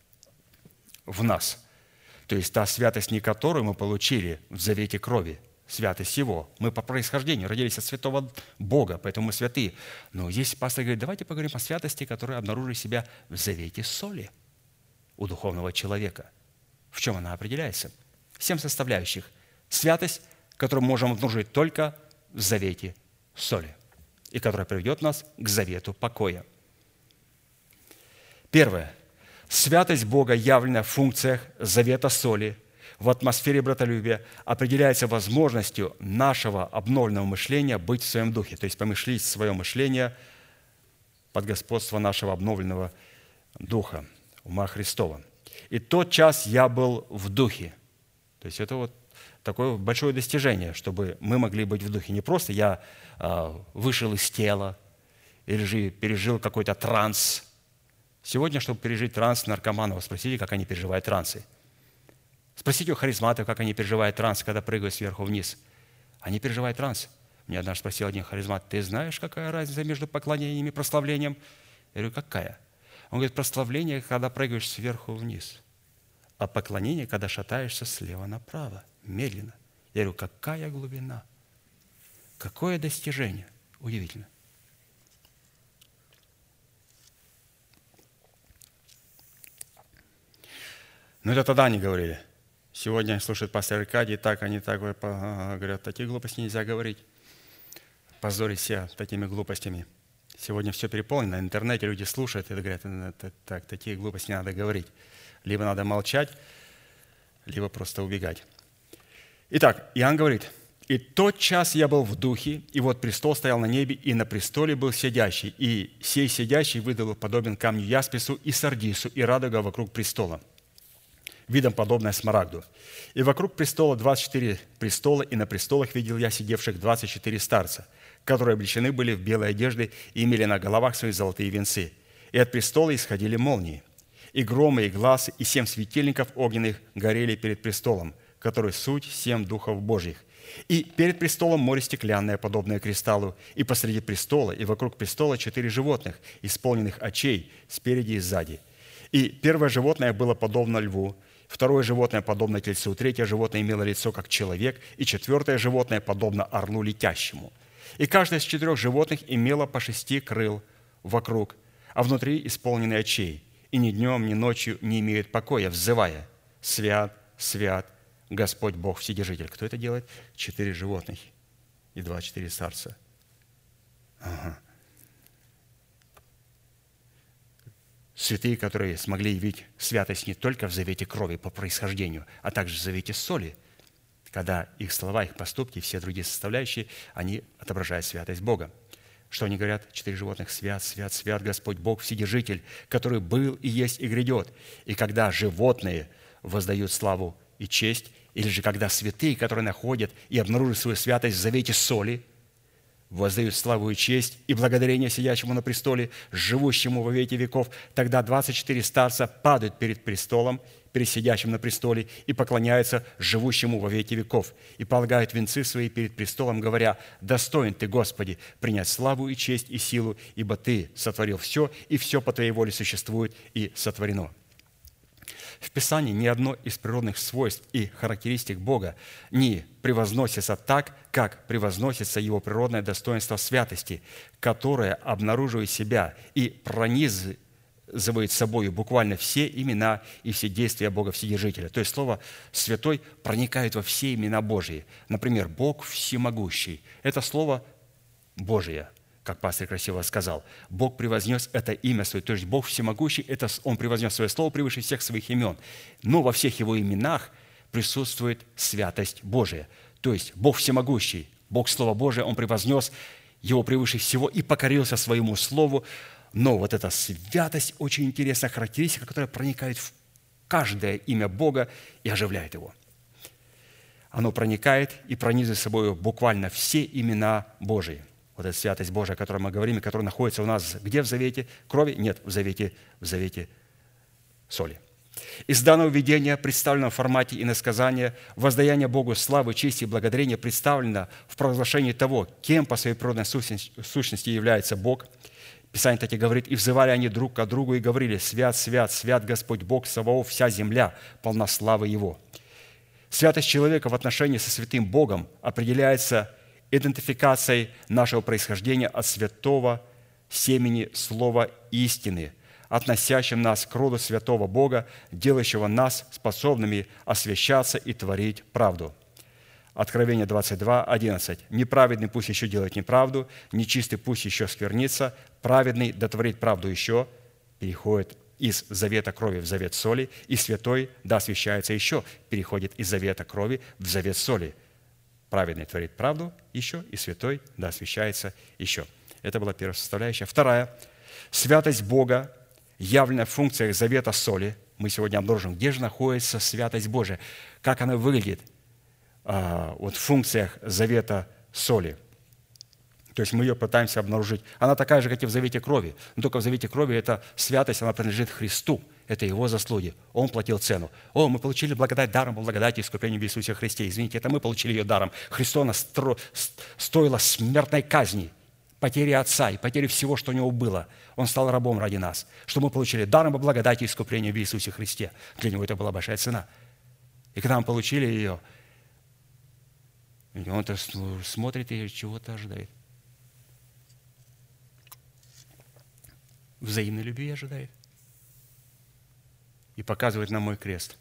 в нас. То есть та святость, не которую мы получили в завете крови, святость Его. Мы по происхождению родились от святого Бога, поэтому мы святые. Но здесь пастор говорит, давайте поговорим о святости, которая обнаружила себя в завете соли у духовного человека. В чем она определяется? 7 составляющих. Святость, которую мы можем обнаружить только в завете соли, и которая приведет нас к завету покоя. Первое. Святость Бога, явленная в функциях завета соли, в атмосфере братолюбия, определяется возможностью нашего обновленного мышления быть в своем духе, то есть помышлить свое мышление под господство нашего обновленного духа, ума Христова. «И тот час я был в духе». То есть это такое большое достижение, чтобы мы могли быть в духе. Не просто я вышел из тела или же пережил какой-то транс. Сегодня, чтобы пережить транс наркоманов, спросите, как они переживают трансы. Спросите у харизматов, как они переживают транс, когда прыгают сверху вниз. Они переживают транс. Мне однажды спросил один харизмат, ты знаешь, какая разница между поклонением и прославлением? Я говорю, какая? Он говорит, прославление, когда прыгаешь сверху вниз, а поклонение, когда шатаешься слева направо, медленно. Я говорю, какая глубина, какое достижение. Удивительно. Но это тогда они говорили. Сегодня слушают пастор Аркадий, они так говорят, такие глупости нельзя говорить. Позорить себя такими глупостями. Сегодня все переполнено, на интернете люди слушают и говорят, так, такие глупости не надо говорить. Либо надо молчать, либо просто убегать. Итак, Иоанн говорит, «И тот час я был в духе, и вот престол стоял на небе, и на престоле был сидящий, и сей сидящий выдал подобен камню яспису и сардису, и радуга вокруг престола, видом подобная смарагду. И вокруг престола 24 престола, и на престолах видел я сидевших 24 старца, которые облечены были в белые одежды и имели на головах свои золотые венцы. И от престола исходили молнии, и громы, и глазы, и 7 светильников огненных горели перед престолом, который суть 7 духов Божьих. И перед престолом море стеклянное, подобное кристаллу, и посреди престола, и вокруг престола 4 животных, исполненных очей спереди и сзади. И первое животное было подобно льву, второе животное подобно тельцу, третье животное имело лицо, как человек, и четвертое животное подобно орлу летящему. И каждое из 4 животных имело по 6 крыл вокруг, а внутри исполнены очей, и ни днем, ни ночью не имеют покоя, взывая: «Свят, свят, Господь Бог Вседержитель». Кто это делает? 4 животных и 24 старца. Ага. Святые, которые смогли явить святость не только в завете крови по происхождению, а также в завете соли, когда их слова, их поступки, все другие составляющие, они отображают святость Бога. Что они говорят? 4 животных: «Свят, свят, свят Господь Бог Вседержитель, который был и есть и грядет». И когда животные воздают славу и честь, или же когда святые, которые находят и обнаруживают свою святость в завете соли, воздают славу и честь и благодарение сидящему на престоле, живущему во веки веков, тогда 24 старца падают перед престолом, перед сидящим на престоле, и поклоняются живущему во веки веков, и полагают венцы свои перед престолом, говоря: «Достоин Ты, Господи, принять славу и честь и силу, ибо Ты сотворил все, и все по Твоей воле существует и сотворено». В Писании ни одно из природных свойств и характеристик Бога не превозносится так, как превозносится Его природное достоинство святости, которое обнаруживает себя и пронизывает собой буквально все имена и все действия Бога Вседержителя. То есть слово «святой» проникает во все имена Божьи. Например, Бог Всемогущий – это слово Божие, как пастор красиво сказал. Бог превознес это имя свое. То есть Бог Всемогущий, это Он превознес свое слово превыше всех своих имен. Но во всех Его именах присутствует святость Божия. То есть Бог Всемогущий, Бог Слово Божие, Он превознес Его превыше всего и покорился своему Слову. Но вот эта святость очень интересная характеристика, которая проникает в каждое имя Бога и оживляет его. Оно проникает и пронизывает собой буквально все имена Божии. Вот эта святость Божия, о которой мы говорим, и которая находится у нас где в завете? Крови? Нет, в завете соли. Из данного видения, представленного в формате иносказания, воздаяние Богу славы, чести и благодарения представлено в провозглашении того, кем по своей природной сущности является Бог. Писание таки говорит: «И взывали они друг к другу и говорили: свят, свят, свят Господь Бог Саваоф, вся земля полна славы Его». Святость человека в отношении со святым Богом определяется идентификацией нашего происхождения от святого семени слова истины, относящим нас к роду святого Бога, делающего нас способными освящаться и творить правду. Откровение 22, 11. «Неправедный пусть еще делает неправду, нечистый пусть еще сквернится, праведный да творит правду еще», переходит из завета крови в завет соли, и святой да освящается еще, переходит из завета крови в завет соли. Праведный творит правду еще, и святой да освящается еще. Это была первая составляющая. Вторая. Святость Бога, явленная в функциях завета соли. Мы сегодня обнаружим, где же находится святость Божия, как она выглядит вот в функциях завета соли. То есть мы ее пытаемся обнаружить. Она такая же, как и в завете крови. Но только в завете крови эта святость, она принадлежит Христу. Это Его заслуги. Он платил цену. Мы получили благодать даром по благодати и искуплению в Иисусе Христе. Извините, это мы получили ее даром. Христу она стоила смертной казни, потери Отца и потери всего, что у Него было. Он стал рабом ради нас. Что мы получили даром по благодати и искуплению в Иисусе Христе. Для Него это была большая цена. И когда мы получили ее, Он-то смотрит и чего-то ожидает. Взаимной любви ожидает. И показывает нам мой крест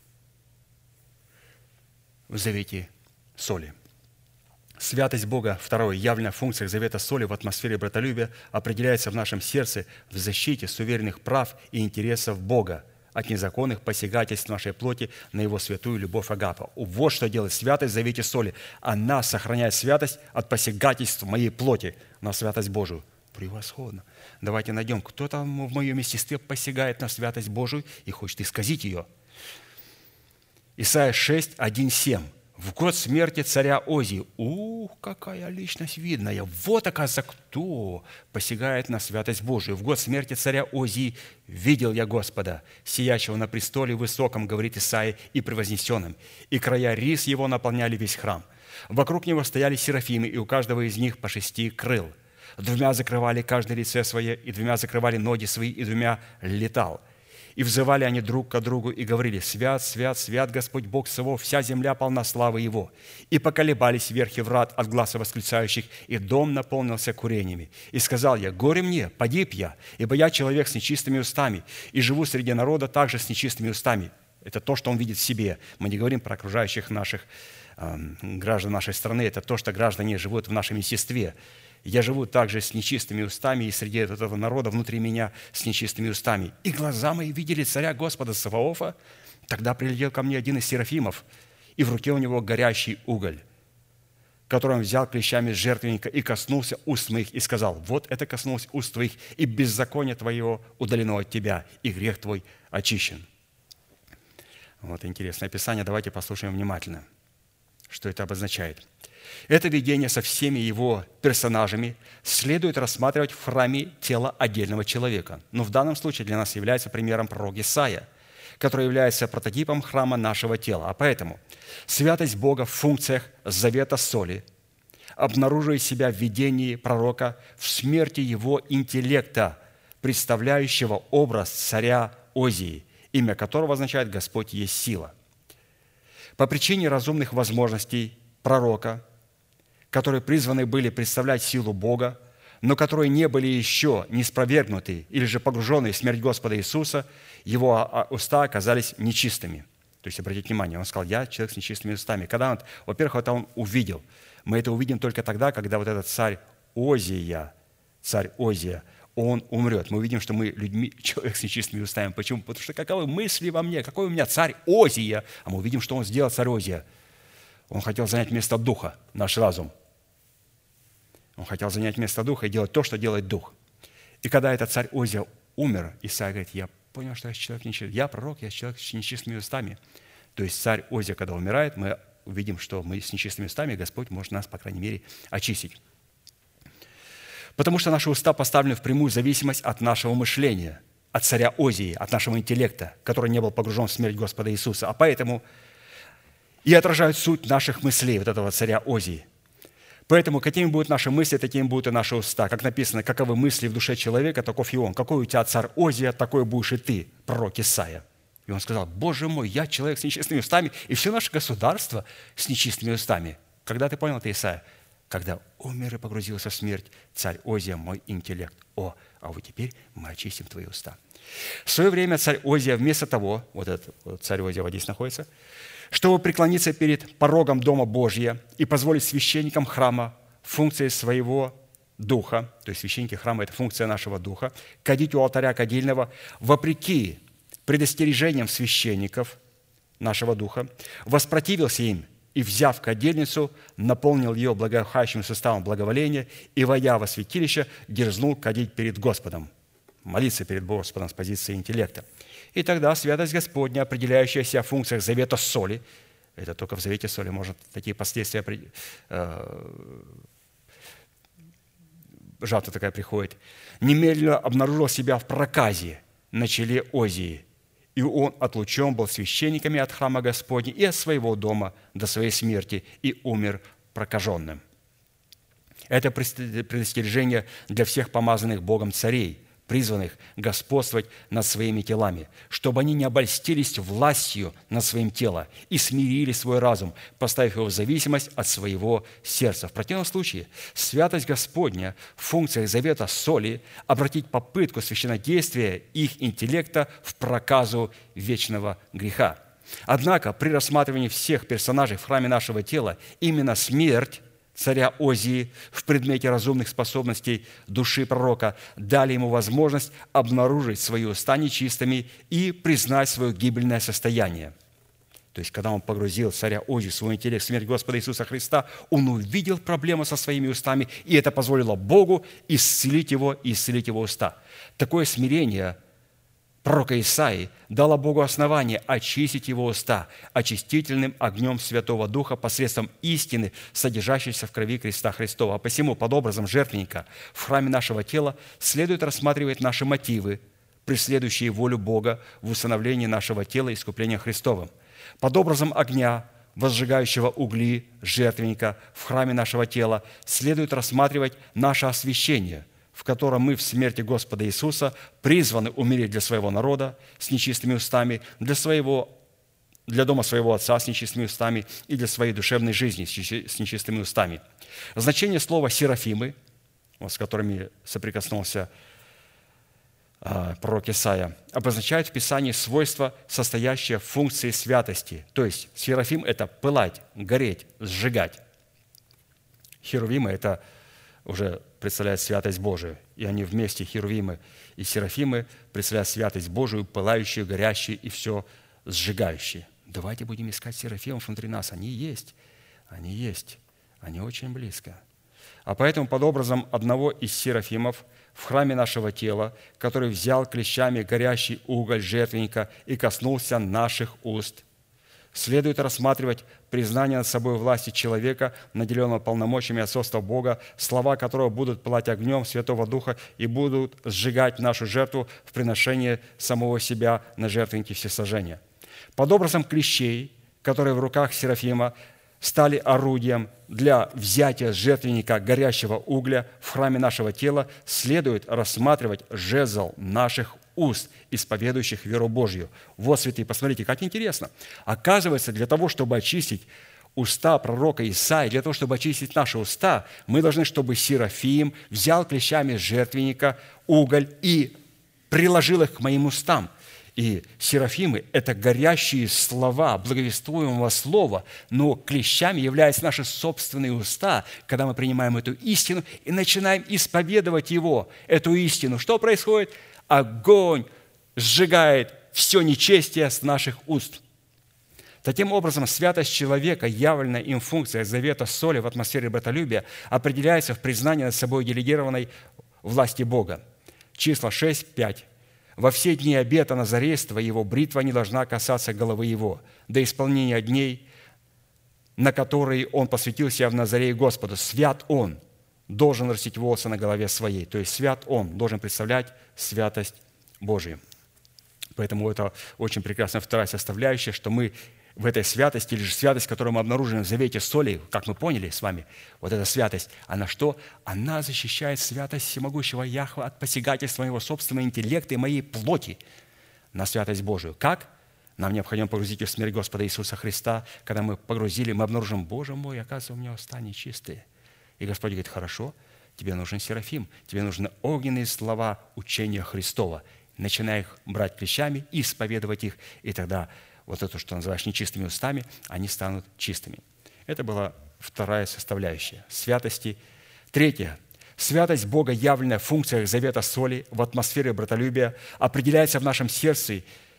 в завете соли. Святость Бога, второе, явленная в функциях завета соли в атмосфере братолюбия, определяется в нашем сердце в защите суверенных прав и интересов Бога от незаконных посягательств нашей плоти на Его святую любовь агапа. Вот что делает святость в завете соли. Она сохраняет святость от посягательств моей плоти на святость Божию. Превосходно. Давайте найдем, кто там в моем естестве посягает на святость Божию и хочет исказить ее. Исайя 6, 1, 7. «В год смерти царя Озии». Какая личность видная. Вот, оказывается, кто посягает на святость Божию. «В год смерти царя Озии видел я Господа, сиящего на престоле высоком, говорит Исаия, и превознесенным, и края рис его наполняли весь храм. Вокруг него стояли серафимы, и у каждого из них по 6 крыл. 2 закрывали каждое лице свое, и 2 закрывали ноги свои, и 2 летал. И взывали они друг к другу, и говорили: свят, свят, свят Господь Бог Саваоф, вся земля полна славы Его. И поколебались верхи врат от гласа восклицающих, и дом наполнился курениями. И сказал я: горе мне, погиб я, ибо я человек с нечистыми устами, и живу среди народа также с нечистыми устами». Это то, что он видит в себе. Мы не говорим про окружающих наших граждан нашей страны, это то, что граждане живут в нашем естестве. Я живу также с нечистыми устами, и среди этого народа внутри меня с нечистыми устами. И глаза мои видели царя Господа Саваофа. Тогда прилетел ко мне один из серафимов, и в руке у него горящий уголь, который он взял клещами с жертвенника и коснулся уст моих, и сказал: вот это коснулось уст твоих, и беззаконие твоего удалено от тебя, и грех твой очищен». Вот интересное описание. Давайте послушаем внимательно, что это обозначает. Это видение со всеми его персонажами следует рассматривать в храме тела отдельного человека. Но в данном случае для нас является примером пророк Исаия, который является прототипом храма нашего тела. А поэтому святость Бога в функциях завета соли обнаруживает себя в видении пророка в смерти его интеллекта, представляющего образ царя Озии, имя которого означает «Господь есть сила». По причине разумных возможностей пророка, которые призваны были представлять силу Бога, но которые не были еще не спровергнуты или же погружены в смерть Господа Иисуса, его уста оказались нечистыми. То есть, обратите внимание, он сказал: «Я человек с нечистыми устами». Когда он, во-первых, это он увидел. Мы это увидим только тогда, когда вот этот царь Озия, он умрет. Мы увидим, что мы людьми, человек с нечистыми устами. Почему? Потому что каковы мысли во мне, какой у меня царь Озия. А мы увидим, что он сделал, царь Озия. Он хотел занять место Духа, наш разум. Он хотел занять место Духа и делать то, что делает Дух. И когда этот царь Озия умер, Исаия говорит: «Я понял, что я человек нечистый. Я пророк, я человек с нечистыми устами». То есть царь Озия, когда умирает, мы увидим, что мы с нечистыми устами, и Господь может нас, по крайней мере, очистить. Потому что наши уста поставлены в прямую зависимость от нашего мышления, от царя Озии, от нашего интеллекта, который не был погружен в смерть Господа Иисуса. А поэтому и отражают суть наших мыслей, вот этого царя Озии. Поэтому какими будут наши мысли, такими будут и наши уста. Как написано: каковы мысли в душе человека, таков и он. Какой у тебя царь Озия, такой будешь и ты, пророк Исаия. И он сказал: «Боже мой, я человек с нечистыми устами, и все наше государство с нечистыми устами». Когда ты понял это, Исаия? Когда умер и погрузился в смерть царь Озия, мой интеллект. А вот теперь мы очистим твои уста. В свое время царь Озия вместо того, вот этот вот царь Озия вот здесь находится, чтобы преклониться перед порогом Дома Божия и позволить священникам храма функции своего духа, то есть священники храма – это функция нашего духа, кадить у алтаря кадильного, вопреки предостережениям священников нашего духа, воспротивился им и, взяв кадильницу, наполнил ее благоухающим составом благоволения и, войдя во святилище, дерзнул кадить перед Господом, молиться перед Господом с позиции интеллекта. И тогда святость Господня, определяющая себя в функциях завета соли, это только в завете соли может такие последствия, жатва такая приходит, немедленно обнаружил себя в проказе на челе Озии, и он отлучен был священниками от храма Господня и от своего дома до своей смерти, и умер прокаженным. Это предостережение для всех помазанных Богом царей, призванных господствовать над своими телами, чтобы они не обольстились властью над своим телом и смирили свой разум, поставив его в зависимость от своего сердца. В противном случае святость Господня в функциях завета соли обратить попытку священнодействия их интеллекта в проказу вечного греха. Однако при рассматривании всех персонажей в храме нашего тела именно смерть царя Озии в предмете разумных способностей души пророка дали ему возможность обнаружить свои уста нечистыми и признать свое гибельное состояние. То есть, когда он погрузил царя Озию в свой интеллект в смерть Господа Иисуса Христа, он увидел проблему со своими устами, и это позволило Богу исцелить его и исцелить его уста. Такое смирение пророка Исаии дало Богу основание очистить его уста очистительным огнем Святого Духа посредством истины, содержащейся в крови креста Христова. А посему, под образом жертвенника в храме нашего тела следует рассматривать наши мотивы, преследующие волю Бога в усыновлении нашего тела искуплением Христовым. Под образом огня, возжигающего угли жертвенника в храме нашего тела, следует рассматривать наше освящение, в котором мы в смерти Господа Иисуса призваны умереть для своего народа с нечистыми устами, для дома своего Отца с нечистыми устами и для своей душевной жизни с нечистыми устами. Значение слова «серафимы», с которыми соприкоснулся пророк Исаия, обозначает в Писании свойства, состоящие в функции святости. То есть серафим – это пылать, гореть, сжигать. Херувимы – это уже представляют святость Божию. И они вместе, херувимы и серафимы, представляют святость Божию, пылающую, горящую и все сжигающую. Давайте будем искать серафимов внутри нас. Они есть. Они есть. Они очень близко. А поэтому под образом одного из серафимов в храме нашего тела, который взял клещами горящий уголь жертвенника и коснулся наших уст, следует рассматривать признание над собой власти человека, наделенного полномочиями отцовства Бога, слова которого будут пылать огнем Святого Духа и будут сжигать нашу жертву в приношении самого себя на жертвеннике всесожжения. Под образом клещей, которые в руках Серафима стали орудием для взятия с жертвенника горящего угля в храме нашего тела, следует рассматривать жезл наших уст, исповедующих веру Божью. Вот, святые, посмотрите, как интересно. Оказывается, для того, чтобы очистить уста пророка Исаии, для того, чтобы очистить наши уста, мы должны, чтобы Серафим взял клещами с жертвенника уголь и приложил их к моим устам. И серафимы – это горящие слова благовествуемого слова, но клещами являются наши собственные уста, когда мы принимаем эту истину и начинаем исповедовать его, эту истину. Что происходит? Огонь сжигает все нечестие с наших уст. Таким образом, святость человека, явленная им функция завета соли в атмосфере братолюбия, определяется в признании над собой делегированной власти Бога. Числа 6, 5. «Во все дни обета назарейства его бритва не должна касаться головы его, до исполнения дней, на которые он посвятил себя в Назарее Господу. Свят он должен растить волосы на голове своей». То есть свят он должен представлять святость Божию. Поэтому это очень прекрасная вторая составляющая, что мы в этой святости, или же святость, которую мы обнаруживаем в завете соли, как мы поняли с вами, вот эта святость, она что? Она защищает святость всемогущего Яхве от посягательства моего собственного интеллекта и моей плоти на святость Божию. Как? Нам необходимо погрузить ее в смерть Господа Иисуса Христа. Когда мы погрузили, мы обнаружим: Боже мой, оказывается, у меня уста нечистые. И Господь говорит: хорошо, тебе нужен серафим, тебе нужны огненные слова учения Христова. Начинай их брать клещами и исповедовать их, и тогда вот это, что называешь нечистыми устами, они станут чистыми. Это была вторая составляющая святости. Третья. Святость Бога, явленная в функциях завета соли в атмосфере братолюбия, определяется в нашем сердце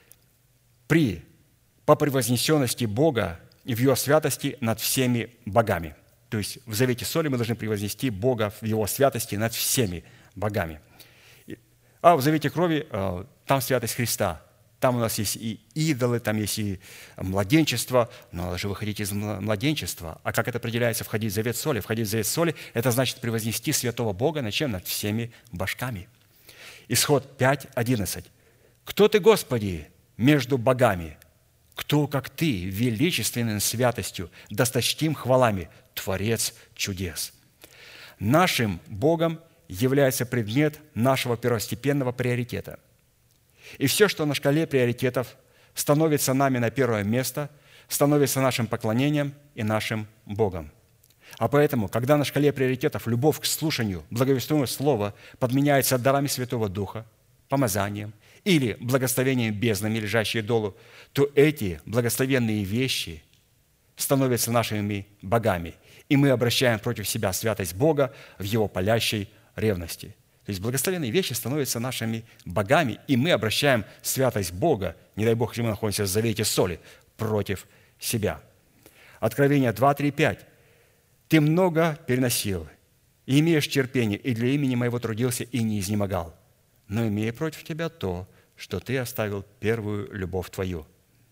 по превознесенности Бога и в Его святости над всеми богами. То есть в завете соли мы должны превознести Бога в Его святости над всеми богами. А в завете крови там святость Христа. Там у нас есть и идолы, там есть и младенчество, но надо же выходить из младенчества. А как это определяется, входить в завет соли? Входить в завет соли – это значит превознести святого Бога над чем? Над всеми божками. Исход 5:11. «Кто ты, Господи, между богами? Кто, как ты, величественен святостью, досточтим хвалами, Творец чудес?» Нашим Богом является предмет нашего первостепенного приоритета. И все, что на шкале приоритетов становится нами на первое место, становится нашим поклонением и нашим Богом. А поэтому, когда на шкале приоритетов любовь к слушанию благовествуемого слова подменяется дарами Святого Духа, помазанием или благословением безднами, лежащие долу, то эти благословенные вещи становятся нашими богами, и мы обращаем против себя святость Бога в Его палящей ревности. То есть благословенные вещи становятся нашими богами, и мы обращаем святость Бога, не дай Бог, если мы находимся в завете соли, против себя. Откровение 2:3-5. «Ты много переносил, и имеешь терпение, и для имени моего трудился, и не изнемогал. Но имея против тебя то, что ты оставил первую любовь твою.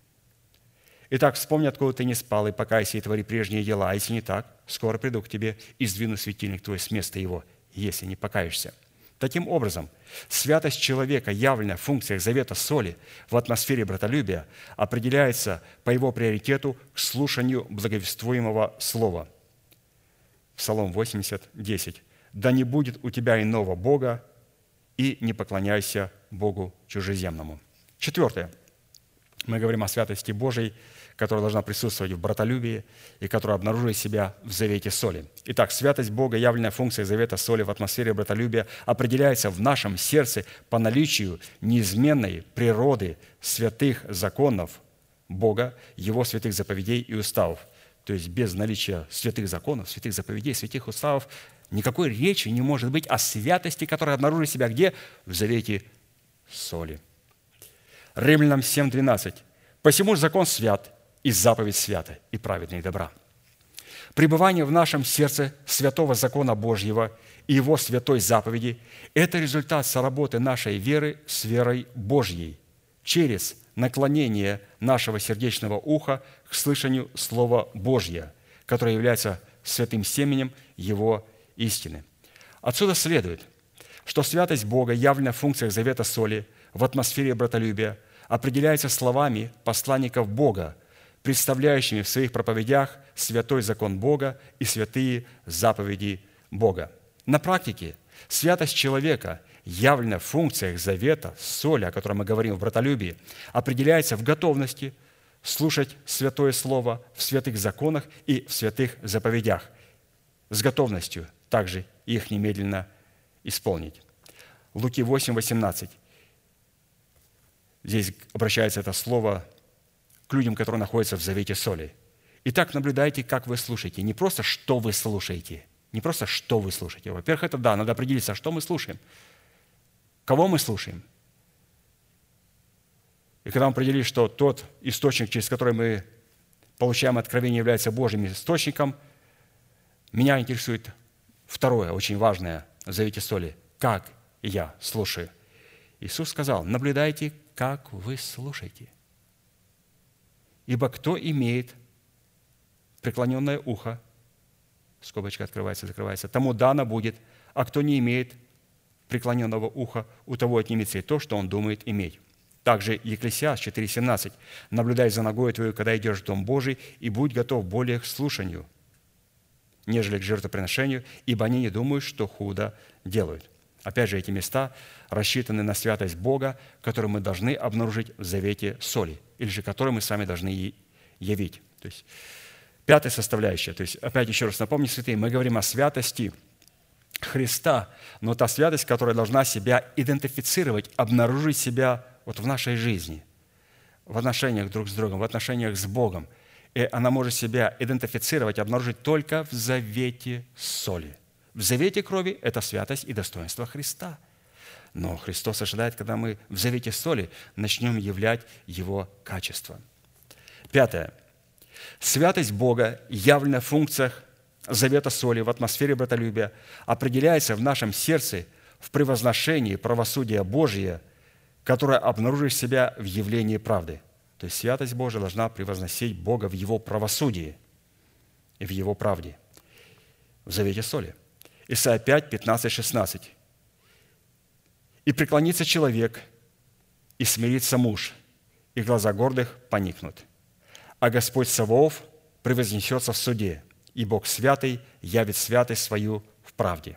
Итак, вспомни, откуда ты не спал, и покайся, и твори прежние дела. А если не так, скоро приду к тебе и сдвину светильник твой с места его, если не покаешься». Таким образом, святость человека, явленная в функциях завета соли в атмосфере братолюбия, определяется по его приоритету к слушанию благовествуемого слова. Псалом 80:10. «Да не будет у тебя иного Бога, и не поклоняйся Богу чужеземному». Четвертое. Мы говорим о святости Божией, которая должна присутствовать в братолюбии и которая обнаруживает себя в завете соли. Итак, святость Бога, явленная функция завета соли в атмосфере братолюбия, определяется в нашем сердце по наличию неизменной природы святых законов Бога, Его святых заповедей и уставов. То есть без наличия святых законов, святых заповедей, святых уставов никакой речи не может быть о святости, которая обнаружит себя где? В завете соли. Римлянам 7:12. «Посему же закон свят, и заповедь свята, и праведна, и добра». Пребывание в нашем сердце святого закона Божьего и Его святой заповеди – это результат соработы нашей веры с верой Божьей через наклонение нашего сердечного уха к слышанию Слова Божьего, которое является святым семенем Его истины. Отсюда следует, что святость Бога, явленная в функциях завета соли, в атмосфере братолюбия, определяется словами посланников Бога, представляющими в своих проповедях святой закон Бога и святые заповеди Бога. На практике святость человека, явленная в функциях завета соли, о котором мы говорим в братолюбии, определяется в готовности слушать святое слово в святых законах и в святых заповедях, с готовностью также их немедленно исполнить. Луки 8:18. Здесь обращается это слово к людям, которые находятся в завете соли. Итак, наблюдайте, как вы слушаете. Не просто, что вы слушаете. Не просто, что вы слушаете. Во-первых, это да, надо определиться, что мы слушаем. Кого мы слушаем. И когда мы определили, что тот источник, через который мы получаем откровение, является Божьим источником, меня интересует второе, очень важное в завете соли. Как я слушаю. Иисус сказал, наблюдайте, как вы слушаете. Ибо кто имеет преклоненное ухо, скобочка открывается, закрывается, тому дано будет, а кто не имеет преклоненного уха, у того отнимется и то, что он думает иметь. Также Екклесиаст 4:17. «Наблюдай за ногой твою, когда идешь в Дом Божий, и будь готов более к слушанию, нежели к жертвоприношению, ибо они не думают, что худо делают». Опять же, эти места рассчитаны на святость Бога, которую мы должны обнаружить в завете соли, или же которую мы сами должны явить. То есть, пятая составляющая. То есть, опять еще раз напомню, святые, мы говорим о святости Христа, но та святость, которая должна себя идентифицировать, обнаружить себя вот в нашей жизни, в отношениях друг с другом, в отношениях с Богом. И она может себя идентифицировать, обнаружить только в завете соли. В завете крови – это святость и достоинство Христа. Но Христос ожидает, когда мы в завете соли начнем являть Его качества. Пятое. Святость Бога, явленная в функциях завета соли, в атмосфере братолюбия, определяется в нашем сердце в превозношении правосудия Божия, которое обнаружит себя в явлении правды. То есть святость Божия должна превозносить Бога в Его правосудии и в Его правде. В завете соли. Исайя 5, 15, 16. «И преклонится человек, и смирится муж, и глаза гордых поникнут. А Господь Саваоф превознесется в суде, и Бог святый явит святость свою в правде».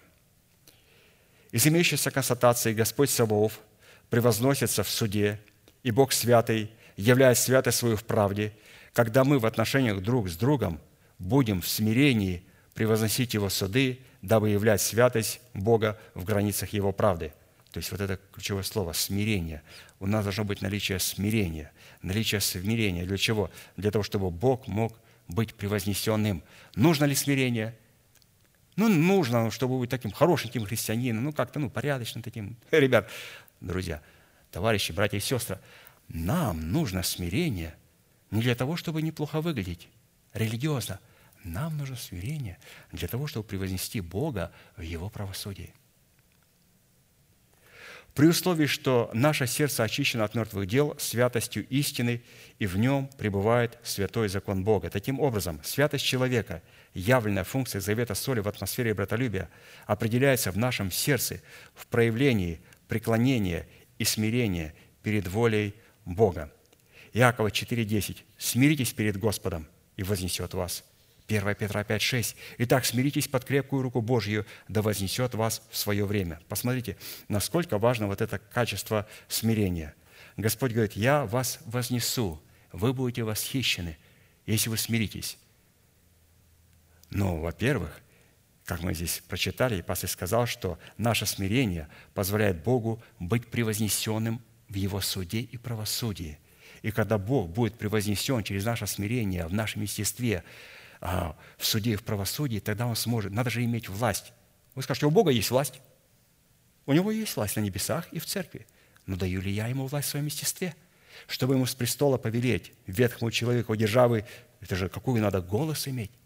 Из имеющейся констатации Господь Саваоф превозносится в суде, и Бог святый являет святость свою в правде, когда мы в отношениях друг с другом будем в смирении превозносить Его суды, дабы являть святость Бога в границах Его правды. То есть вот это ключевое слово – смирение. У нас должно быть наличие смирения. Наличие смирения. Для чего? Для того, чтобы Бог мог быть превознесенным. Нужно ли смирение? Нужно, чтобы быть таким хорошеньким христианином, как-то, порядочным таким. Ребят, друзья, товарищи, братья и сестры, нам нужно смирение не для того, чтобы неплохо выглядеть религиозно. Нам нужно смирение для того, чтобы превознести Бога в Его правосудии. При условии, что наше сердце очищено от мертвых дел святостью истины, и в нем пребывает святой закон Бога. Таким образом, святость человека, явленная функция завета соли в атмосфере братолюбия, определяется в нашем сердце в проявлении преклонения и смирения перед волей Бога. Иакова 4:10. «Смиритесь перед Господом, и вознесет вас». 1 Петра 5:6. «Итак, смиритесь под крепкую руку Божью, да вознесет вас в свое время». Посмотрите, насколько важно вот это качество смирения. Господь говорит, «Я вас вознесу, вы будете восхищены, если вы смиритесь». Но, во-первых, как мы здесь прочитали, и пастырь сказал, что наше смирение позволяет Богу быть превознесенным в Его суде и правосудии. И когда Бог будет превознесен через наше смирение в нашем естестве, в суде и в правосудии, тогда Он сможет. Надо же иметь власть. Вы скажете, у Бога есть власть. У Него есть власть на небесах и в церкви. Но даю ли я Ему власть в своем естестве? Чтобы Ему с престола повелеть ветхому человеку державы, это же какую надо голос иметь,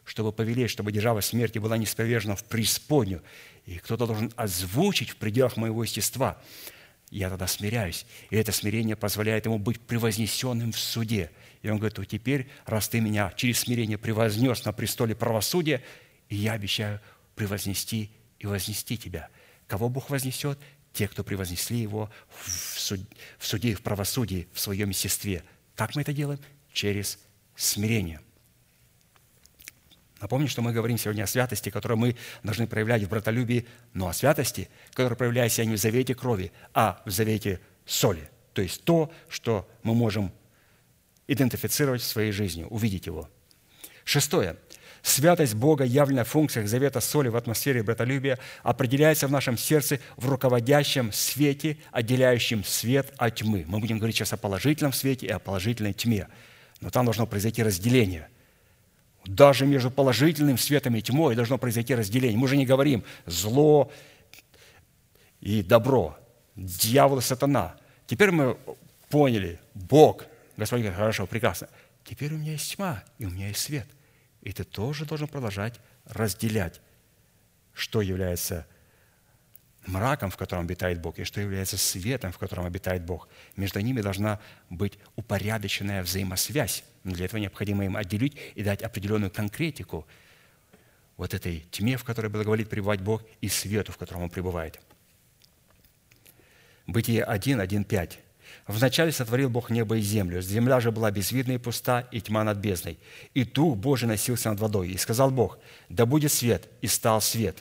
чтобы повелеть, чтобы держава смерти была ниспровержена в преисподнюю, и кто-то должен озвучить в пределах моего естества, я тогда смиряюсь. И это смирение позволяет ему быть превознесенным в суде. И он говорит: вот теперь, раз ты меня через смирение превознес на престоле правосудия, и я обещаю превознести и вознести тебя. Кого Бог вознесет? Те, кто превознесли Его в суде и в правосудии, в своем естестве. Как мы это делаем? Через смирение. Напомню, что мы говорим сегодня о святости, которую мы должны проявлять в братолюбии, но о святости, которая проявляется не в завете крови, а в завете соли. То есть то, что мы можем идентифицировать в своей жизни, увидеть его. 6. Святость Бога, явленная в функциях завета соли в атмосфере братолюбия, определяется в нашем сердце в руководящем свете, отделяющем свет от тьмы. Мы будем говорить сейчас о положительном свете и о положительной тьме. Но там должно произойти разделение. Даже между положительным светом и тьмой должно произойти разделение. Мы уже не говорим зло и добро, дьявол и сатана. Теперь мы поняли, Бог, Господь говорит: хорошо, прекрасно. Теперь у меня есть тьма, и у меня есть свет. И ты тоже должен продолжать разделять, что является мраком, в котором обитает Бог, и что является светом, в котором обитает Бог. Между ними должна быть упорядоченная взаимосвязь. Но для этого необходимо им отделить и дать определенную конкретику вот этой тьме, в которой благоволит пребывать Бог, и свету, в котором Он пребывает. Бытие 1:1-5. «Вначале сотворил Бог небо и землю, земля же была безвидна и пуста, и тьма над бездной. И Дух Божий носился над водой. И сказал Бог: да будет свет, и стал свет.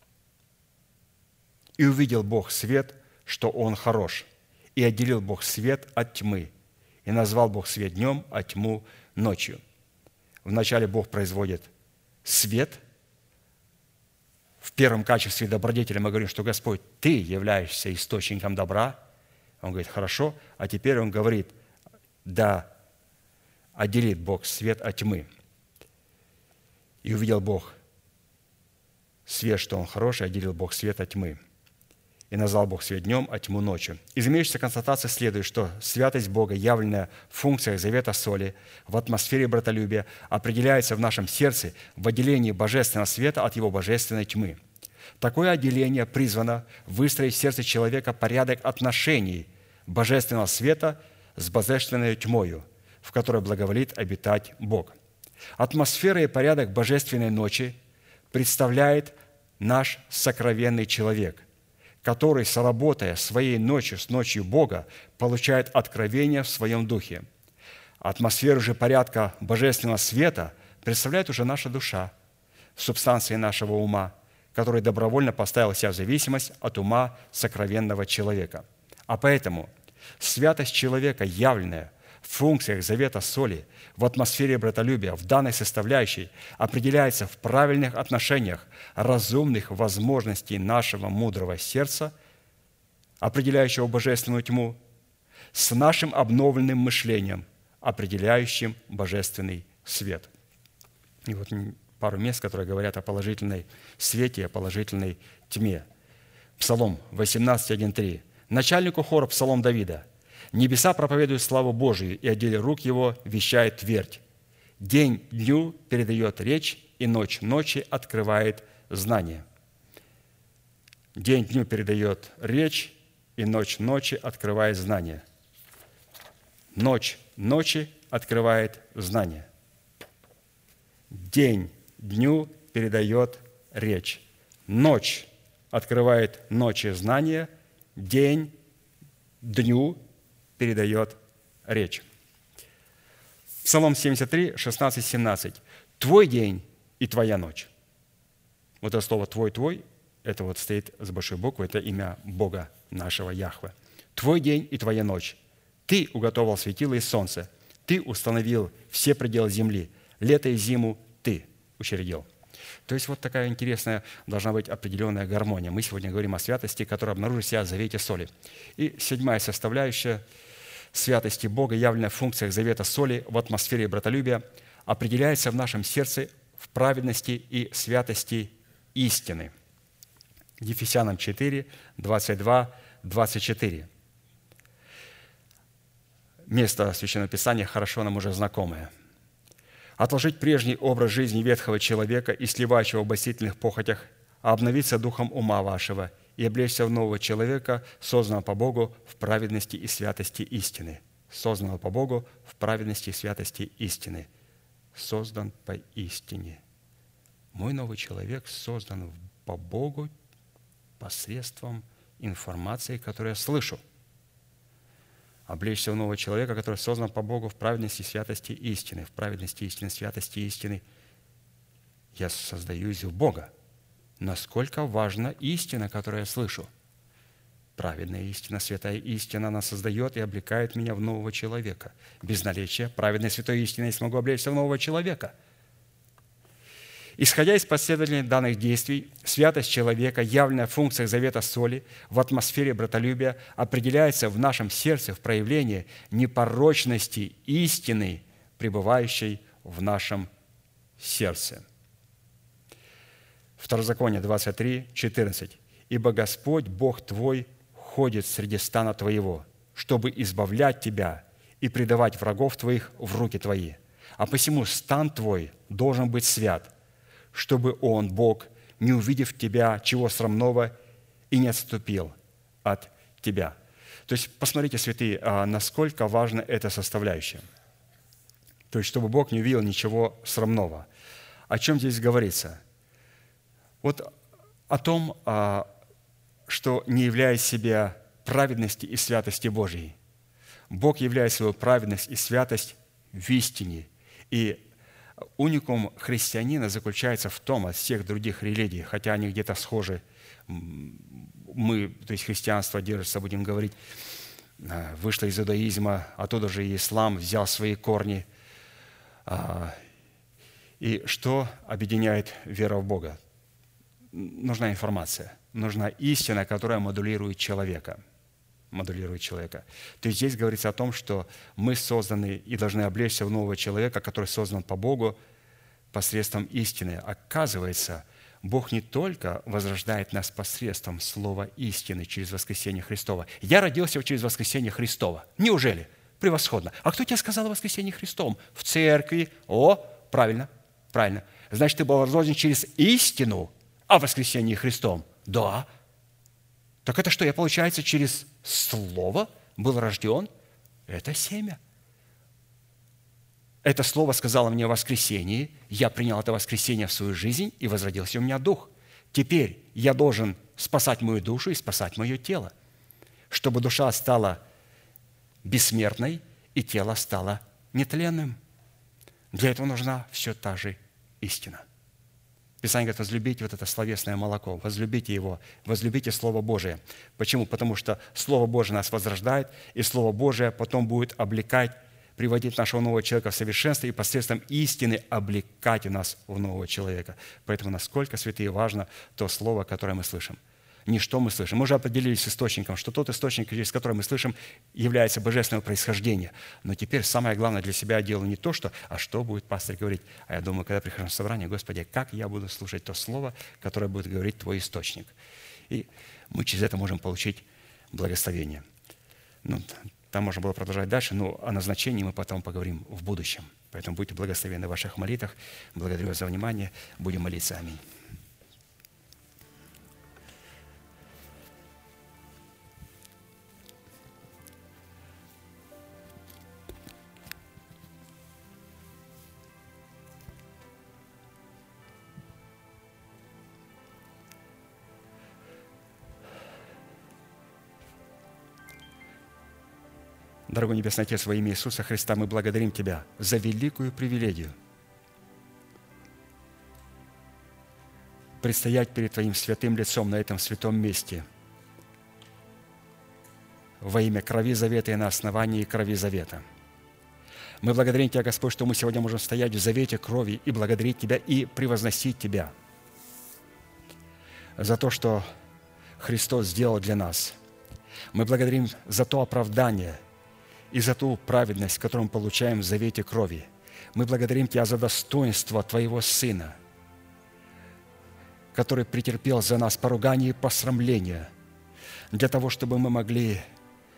И увидел Бог свет, что он хорош. И отделил Бог свет от тьмы. И назвал Бог свет днем, а тьму ночью». Вначале Бог производит свет. В первом качестве добродетеля мы говорим, что Господь, Ты являешься источником добра. Он говорит: хорошо. А теперь Он говорит: да отделит Бог свет от тьмы. И увидел Бог свет, что он хороший, отделил Бог свет от тьмы. И назвал Бог свет днем, а тьму ночью. Из имеющейся констатации следует, что святость Бога, явленная в функциях завета соли, в атмосфере братолюбия, определяется в нашем сердце в отделении божественного света от его божественной тьмы. Такое отделение призвано выстроить в сердце человека порядок отношений божественного света с божественной тьмою, в которой благоволит обитать Бог. Атмосфера и порядок божественной ночи представляет наш сокровенный человек, который, соработая своей ночью с ночью Бога, получает откровение в своем духе. Атмосферу же порядка божественного света представляет уже наша душа в субстанции нашего ума, который добровольно поставил себя в зависимость от ума сокровенного человека. А поэтому святость человека, явленная в функциях завета соли, в атмосфере братолюбия, в данной составляющей, определяется в правильных отношениях разумных возможностей нашего мудрого сердца, определяющего божественную тьму, с нашим обновленным мышлением, определяющим божественный свет. И вот пару мест, которые говорят о положительной свете, о положительной тьме. Псалом 18:1-3. Начальнику хора псалом Давида. «Небеса проповедуют славу Божию, и отделе рук его вещает твердь. День дню передает речь, и ночь ночи открывает знание». День дню передает речь, и ночь ночи открывает знание. Ночь ночи открывает знание. День дню передает речь. Ночь открывает ночи знания, день дню передает речь. Псалом 73, 16, 17. «Твой день и твоя ночь». Вот это слово «твой», это вот стоит с большой буквы, это имя Бога нашего Яхве. «Твой день и твоя ночь. Ты уготовил светило и солнце. Ты установил все пределы земли. Лето и зиму ты учредил». То есть вот такая интересная должна быть определенная гармония. Мы сегодня говорим о святости, которая обнаружит себя в завете соли. И 7 составляющая святости Бога, явленная в функциях завета соли в атмосфере братолюбия, определяется в нашем сердце в праведности и святости истины. Ефесянам 4, 22, 24. Место Священного Писания хорошо нам уже знакомое. отложить прежний образ жизни ветхого человека и сливающего в обольстительных похотях, а обновиться духом ума вашего и облечься в нового человека, созданного по Богу в праведности и святости истины». Созданного по Богу в праведности и святости истины. Создан по истине. Мой новый человек создан по Богу посредством информации, которую я слышу. Облечься в нового человека, который создан по Богу в праведности, святости истины. В праведности истины, святости истины я создаюсь в Бога. Насколько важна истина, которую я слышу. Праведная истина, святая истина, она создает и облекает меня в нового человека. Без наличия праведной святой истины я смогу облечься в нового человека. Исходя из последовательных данных действий, святость человека, явленная в функциях завета соли, в атмосфере братолюбия, определяется в нашем сердце в проявлении непорочности истины, пребывающей в нашем сердце. Второзаконие 23, 14. «Ибо Господь, Бог твой, ходит среди стана твоего, чтобы избавлять тебя и предавать врагов твоих в руки твои. А посему стан твой должен быть свят, чтобы Он, Бог, не увидев тебя чего срамного, и не отступил от тебя». То есть, посмотрите, святые, насколько важна эта составляющая. То есть, чтобы Бог не увидел ничего срамного. О чем здесь говорится? Вот о том, что не являя себя праведности и святости Божьей. Бог являет свою праведность и святость в истине. И уникум христианина заключается в том, от всех других религий, хотя они где-то схожи, мы, то есть христианство держится, будем говорить, вышло из иудаизма, оттуда же и ислам взял свои корни. И что объединяет вера в Бога? Нужна информация, нужна истина, которая модулирует человека. То есть здесь говорится о том, что мы созданы и должны облечься в нового человека, который создан по Богу посредством истины. Оказывается, Бог не только возрождает нас посредством слова истины через воскресение Христова. Я родился через воскресение Христова. Неужели? Превосходно. А кто тебе сказал о воскресении Христовом? В церкви. О, правильно. Значит, ты был рожден через истину о воскресении Христом. Да. Так это что, я, получается, через Слово был рожден? Это семя. Это Слово сказало мне о воскресении, я принял это воскресение в свою жизнь, и возродился у меня Дух. Теперь я должен спасать мою душу и спасать мое тело, чтобы душа стала бессмертной и тело стало нетленным. Для этого нужна все та же истина. Писание говорит, возлюбите вот это словесное молоко, возлюбите его, возлюбите Слово Божие. Почему? Потому что Слово Божие нас возрождает, и Слово Божие потом будет облекать, приводить нашего нового человека в совершенство и посредством истины облекать нас в нового человека. Поэтому насколько, святые, важно то Слово, которое мы слышим. Не что мы слышим. Мы уже определились с источником, что тот источник, через который мы слышим, является божественного происхождения. Но теперь самое главное для себя я делаю не то, что, а что будет пастор говорить. А я думаю, когда прихожу в собрание, Господи, как я буду слушать то слово, которое будет говорить Твой источник. И мы через это можем получить благословение. Там можно было продолжать дальше, но о назначении мы потом поговорим в будущем. Поэтому будьте благословенны в ваших молитвах. Благодарю вас за внимание. Будем молиться. Аминь. Дорогой Небесный Отец, во имя Иисуса Христа мы благодарим Тебя за великую привилегию предстоять перед Твоим святым лицом на этом святом месте во имя крови завета и на основании крови завета. Мы благодарим Тебя, Господь, что мы сегодня можем стоять в завете крови и благодарить Тебя и превозносить Тебя за то, что Христос сделал для нас. Мы благодарим за то оправдание и за ту праведность, которую мы получаем в завете крови. Мы благодарим Тебя за достоинство Твоего Сына, который претерпел за нас поругание и посрамление, для того, чтобы мы могли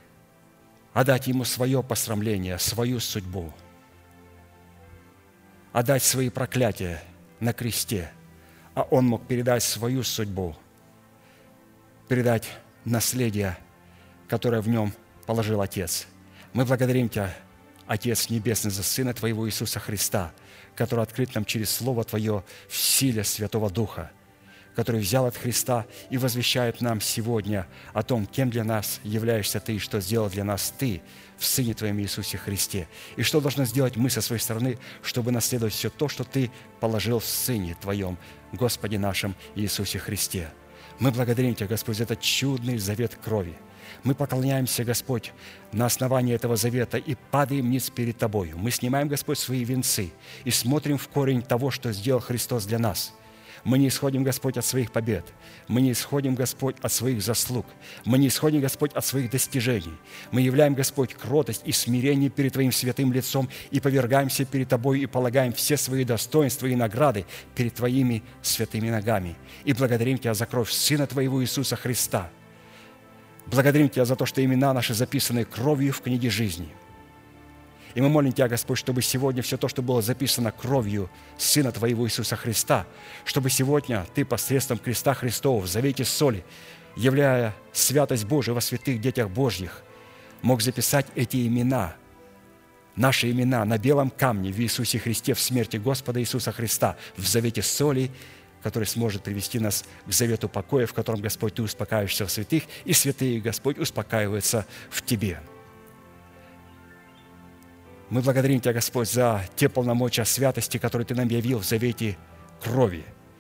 отдать Ему свое посрамление, свою судьбу. отдать свои проклятия на кресте, а Он мог передать свою судьбу, передать наследие, которое в Нем положил Отец. Мы благодарим Тебя, Отец Небесный, за Сына Твоего Иисуса Христа, который открыт нам через Слово Твое в силе Святого Духа, который взял от Христа и возвещает нам сегодня о том, кем для нас являешься Ты и что сделал для нас Ты в Сыне Твоем Иисусе Христе. И что должны сделать мы со своей стороны, чтобы наследовать все то, что Ты положил в Сыне Твоем, Господе нашем Иисусе Христе. Мы благодарим Тебя, Господь, за этот чудный завет крови. Мы поклоняемся, Господь, на основании этого завета и падаем ниц перед Тобою. Мы снимаем, Господь, свои венцы и смотрим в корень того, что сделал Христос для нас. Мы не исходим, Господь, от своих побед. Мы не исходим, Господь, от своих заслуг. Мы не исходим, Господь, от своих достижений. Мы являем, Господь, кротость и смирение перед Твоим святым лицом и повергаемся перед Тобой и полагаем все свои достоинства и награды перед Твоими святыми ногами. И благодарим Тебя за кровь Сына Твоего Иисуса Христа. Благодарим Тебя за то, что имена наши записаны кровью в книге жизни. И мы молим Тебя, Господь, чтобы сегодня все то, что было записано кровью Сына Твоего Иисуса Христа, чтобы сегодня Ты посредством креста Христова в завете соли, являя святость Божию во святых детях Божьих, мог записать эти имена, наши имена на белом камне в Иисусе Христе, в смерти Господа Иисуса Христа, в завете соли, который сможет привести нас к завету покоя, в котором, Господь, Ты успокаиваешься в святых, и святые, Господь, успокаиваются в Тебе. Мы благодарим Тебя, Господь, за те полномочия святости, которые Ты нам явил в завете крови.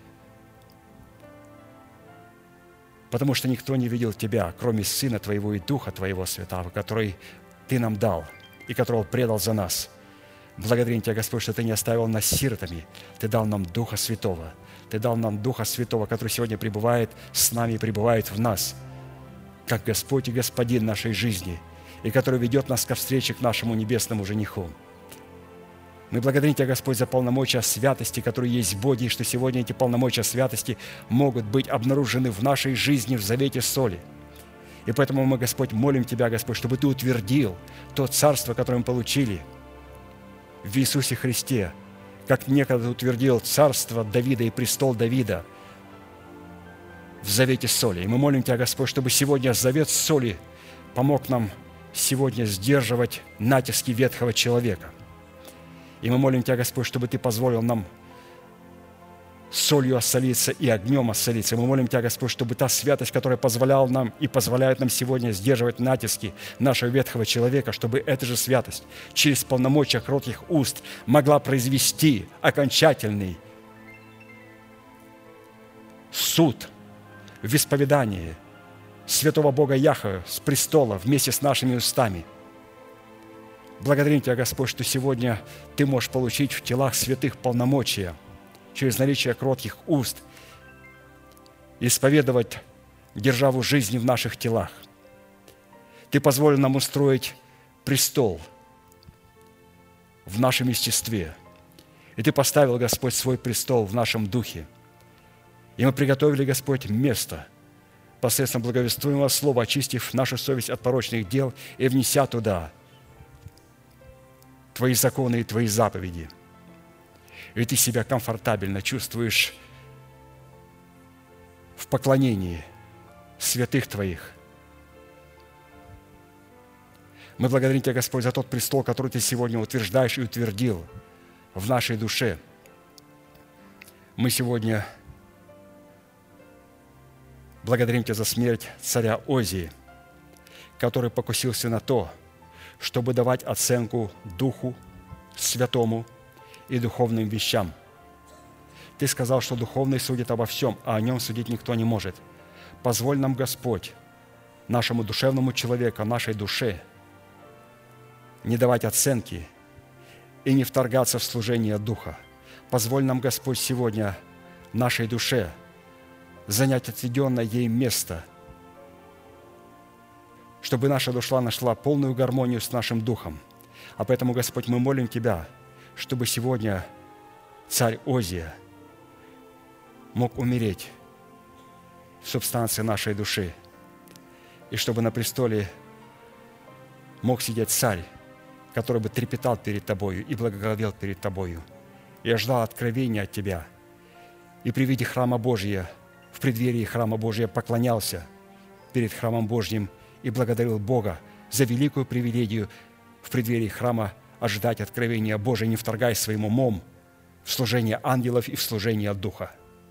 Потому что никто не видел Тебя, кроме Сына Твоего и Духа Твоего Святого, который Ты нам дал и которого предал за нас. Благодарим Тебя, Господь, что Ты не оставил нас сиротами. Ты дал нам Духа Святого. Ты дал нам Духа Святого, который сегодня пребывает с нами и пребывает в нас, как Господь и Господин нашей жизни, и который ведет нас ко встрече к нашему небесному жениху. Мы благодарим Тебя, Господь, за полномочия святости, которые есть в Боге, и что сегодня эти полномочия святости могут быть обнаружены в нашей жизни в завете соли. И поэтому мы, Господь, молим Тебя, Господь, чтобы Ты утвердил то царство, которое мы получили в Иисусе Христе, как некогда утвердил царство Давида и престол Давида в завете соли. И мы молим Тебя, Господь, чтобы сегодня завет соли помог нам сегодня сдерживать натиски ветхого человека. И мы молим Тебя, Господь, чтобы Ты позволил нам солью осолиться и огнем осолиться. И мы молим Тебя, Господь, чтобы та святость, которая позволяла нам и позволяет нам сегодня сдерживать натиски нашего ветхого человека, чтобы эта же святость через полномочия кротких уст могла произвести окончательный суд в исповедании святого Бога Яхве с престола вместе с нашими устами. Благодарим Тебя, Господь, что сегодня Ты можешь получить в телах святых полномочия через наличие кротких уст, исповедовать державу жизни в наших телах. Ты позволил нам устроить престол в нашем естестве. И Ты поставил, Господь, свой престол в нашем духе. И мы приготовили, Господь, место посредством благовествуемого слова, очистив нашу совесть от порочных дел и внеся туда Твои законы и Твои заповеди. И ты себя комфортабельно чувствуешь в поклонении святых Твоих. Мы благодарим Тебя, Господь, за тот престол, который Ты сегодня утверждаешь и утвердил в нашей душе. Мы сегодня благодарим Тебя за смерть царя Озии, который покусился на то, чтобы давать оценку Духу Святому и духовным вещам. Ты сказал, что духовный судит обо всем, а о нем судить никто не может. Позволь нам, Господь, нашему душевному человеку, нашей душе, не давать оценки и не вторгаться в служение Духа. Позволь нам, Господь, сегодня нашей душе занять отведенное ей место, чтобы наша душа нашла полную гармонию с нашим Духом. А поэтому, Господь, мы молим Тебя, чтобы сегодня царь Озия мог умереть в субстанции нашей души, и чтобы на престоле мог сидеть царь, который бы трепетал перед Тобою и благоговел перед Тобою, Я ждал откровения от Тебя. И при виде храма Божия, в преддверии храма Божия поклонялся перед храмом Божьим и благодарил Бога за великую привилегию в преддверии храма ожидать откровения Божия, не вторгаясь своим умом в служение ангелов и в служение от Духа.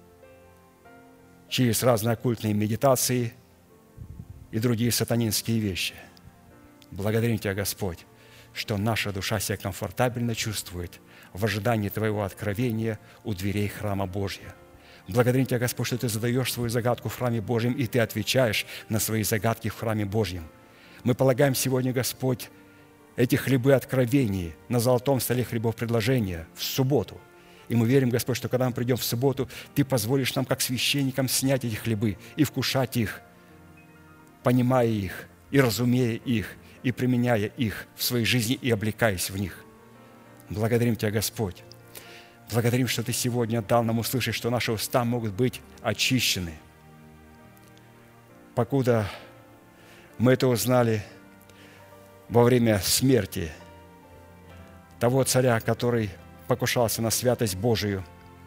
Через разные оккультные медитации и другие сатанинские вещи. Благодарим Тебя, Господь, что наша душа себя комфортабельно чувствует в ожидании Твоего откровения у дверей храма Божия. Благодарим Тебя, Господь, что Ты задаешь свою загадку в храме Божьем, и Ты отвечаешь на свои загадки в храме Божьем. Мы полагаем сегодня, Господь, эти хлебы откровений на золотом столе хлебов предложения в субботу. И мы верим, Господь, что когда мы придем в субботу, Ты позволишь нам, как священникам, снять эти хлебы и вкушать их, понимая их и разумея их, и применяя их в своей жизни и облекаясь в них. Благодарим Тебя, Господь. Благодарим, что Ты сегодня дал нам услышать, что наши уста могут быть очищены. Покуда мы это узнали во время смерти того царя, который покушался на святость Божию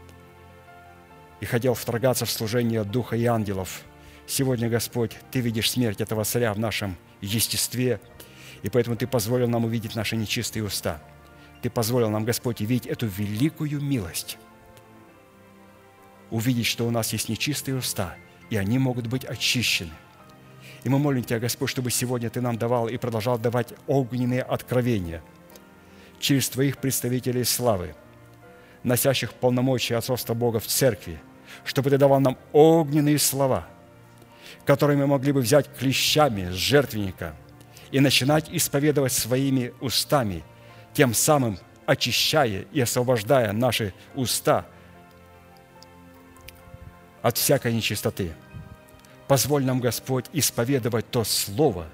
и хотел вторгаться в служение Духа и ангелов, сегодня, Господь, Ты видишь смерть этого царя в нашем естестве, и поэтому Ты позволил нам увидеть наши нечистые уста. Ты позволил нам, Господь, увидеть эту великую милость, увидеть, что у нас есть нечистые уста, и они могут быть очищены. И мы молим Тебя, Господь, чтобы сегодня Ты нам давал и продолжал давать огненные откровения через Твоих представителей славы, носящих полномочия отцовства Бога в церкви, чтобы Ты давал нам огненные слова, которые мы могли бы взять клещами с жертвенника и начинать исповедовать своими устами, тем самым очищая и освобождая наши уста от всякой нечистоты. Позволь нам, Господь, исповедовать то слово,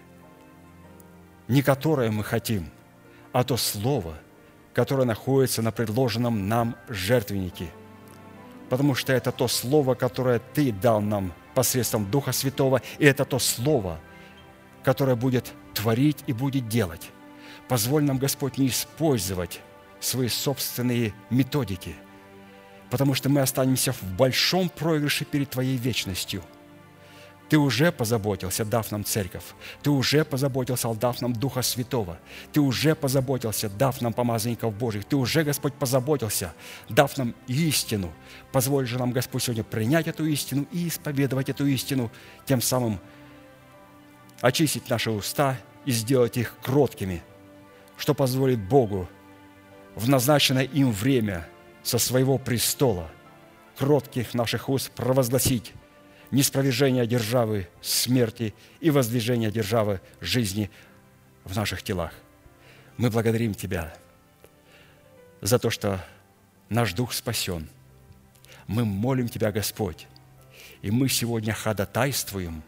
не которое мы хотим, а то слово, которое находится на предложенном нам жертвеннике, потому что это то слово, которое Ты дал нам посредством Духа Святого, и это то слово, которое будет творить и будет делать. Позволь нам, Господь, не использовать свои собственные методики, потому что мы останемся в большом проигрыше перед Твоей вечностью. Ты уже позаботился, дав нам церковь. Ты уже позаботился, дав нам Духа Святого. Ты уже позаботился, дав нам помазанников Божьих. Ты уже, Господь, позаботился, дав нам истину. Позволь же нам, Господь, сегодня принять эту истину и исповедовать эту истину, тем самым очистить наши уста и сделать их кроткими, что позволит Богу в назначенное им время со своего престола кротких наших уст провозгласить ниспровержение державы смерти и воздвижение державы жизни в наших телах. Мы благодарим Тебя за то, что наш дух спасен. Мы молим Тебя, Господь, и мы сегодня ходатайствуем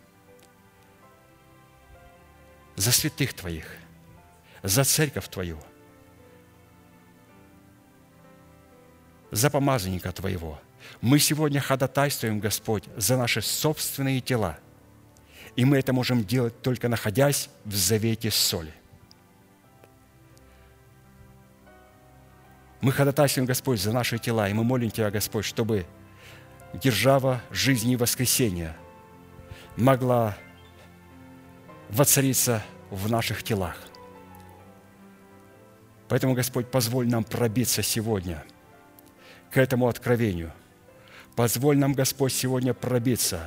за святых Твоих, за церковь Твою, за помазанника Твоего. Мы сегодня ходатайствуем, Господь, за наши собственные тела. И мы это можем делать, только находясь в завете соли. Мы ходатайствуем, Господь, за наши тела, и мы молим Тебя, Господь, чтобы держава жизни и воскресения могла воцариться в наших телах. Поэтому, Господь, позволь нам пробиться сегодня к этому откровению. Позволь нам, Господь, сегодня пробиться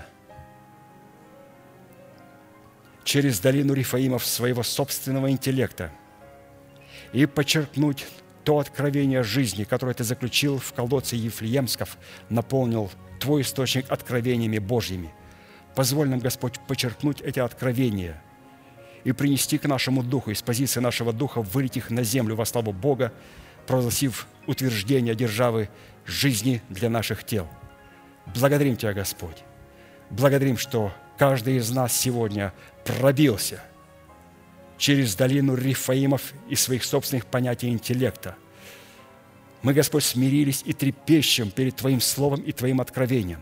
через долину Рифаимов своего собственного интеллекта и подчеркнуть то откровение жизни, которое Ты заключил в колодце Ефлеемсков, наполнил Твой источник откровениями Божьими. Позволь нам, Господь, подчеркнуть эти откровения и принести к нашему духу, из позиции нашего духа, вылить их на землю во славу Бога, провозгласив утверждение державы жизни для наших тел. Благодарим Тебя, Господь. Благодарим, что каждый из нас сегодня пробился через долину Рифаимов и своих собственных понятий интеллекта. Мы, Господь, смирились и трепещем перед Твоим Словом и Твоим откровением,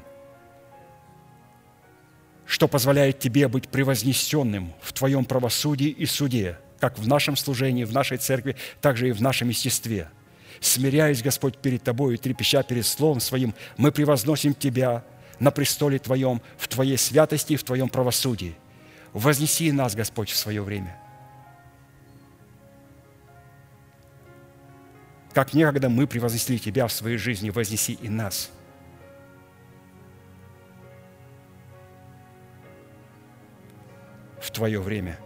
что позволяет Тебе быть превознесенным в Твоем правосудии и суде, как в нашем служении, в нашей церкви, так же и в нашем естестве. Смиряясь, Господь, перед Тобою, трепеща перед Словом Своим, мы превозносим Тебя на престоле Твоем, в Твоей святости и в Твоем правосудии. Вознеси нас, Господь, в свое время. Как некогда мы превознесли Тебя в своей жизни, вознеси и нас. В Твое время.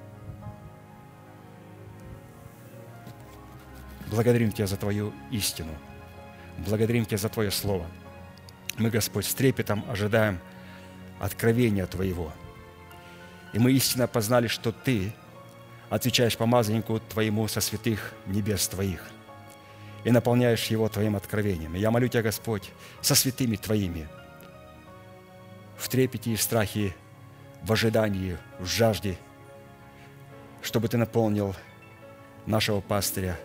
Благодарим Тебя за Твою истину. Благодарим Тебя за Твое Слово. Мы, Господь, с трепетом ожидаем откровения Твоего. И мы истинно познали, что Ты отвечаешь помазаннику Твоему со святых небес Твоих и наполняешь его Твоим откровением. И я молю Тебя, Господь, со святыми Твоими, в трепете и в страхе, в ожидании, в жажде, чтобы Ты наполнил нашего пастыря,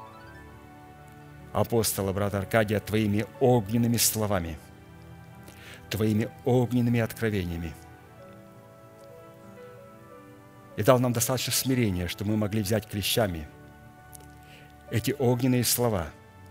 апостола, брата Аркадия, Твоими огненными словами, Твоими огненными откровениями. И дал нам достаточно смирения, чтобы мы могли взять клещами эти огненные слова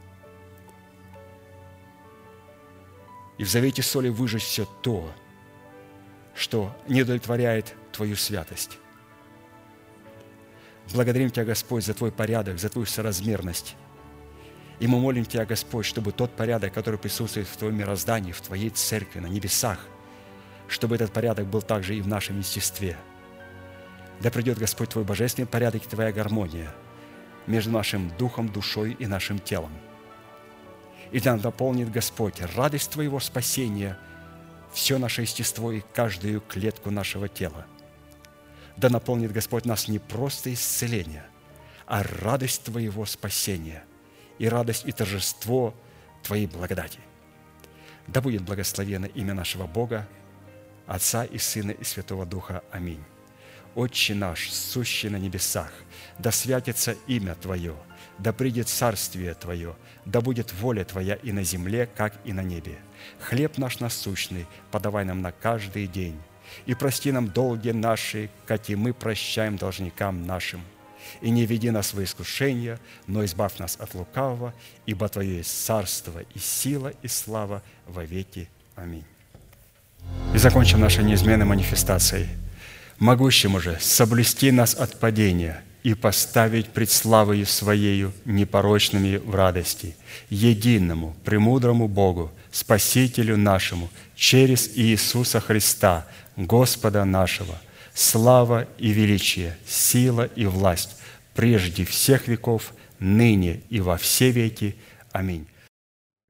и в завете соли выжечь все то, что не удовлетворяет Твою святость. Благодарим Тебя, Господь, за Твой порядок, за Твою соразмерность. И мы молим Тебя, Господь, чтобы тот порядок, который присутствует в Твоем мироздании, в Твоей церкви, на небесах, чтобы этот порядок был также и в нашем естестве. Да придет, Господь, Твой божественный порядок и Твоя гармония между нашим духом, душой и нашим телом. И да наполнит, Господь, радость Твоего спасения все наше естество и каждую клетку нашего тела. Да наполнит, Господь, нас не просто исцеление, а радость Твоего спасения и радость и торжество Твоей благодати. Да будет благословено имя нашего Бога, Отца и Сына и Святого Духа. Аминь. Отче наш, сущий на небесах, да святится имя Твое, да придет царствие Твое, да будет воля Твоя и на земле, как и на небе. Хлеб наш насущный подавай нам на каждый день, и прости нам долги наши, как и мы прощаем должникам нашим. И не веди нас в искушение, но избавь нас от лукавого, ибо Твое есть царство и сила и слава во веки. Аминь. И закончим нашей неизменной манифестацией. Могущему же соблюсти нас от падения и поставить пред славою Своею непорочными в радости, единому, премудрому Богу, Спасителю нашему, через Иисуса Христа, Господа нашего, слава и величие, сила и власть, прежде всех веков, ныне и во все веки. Аминь.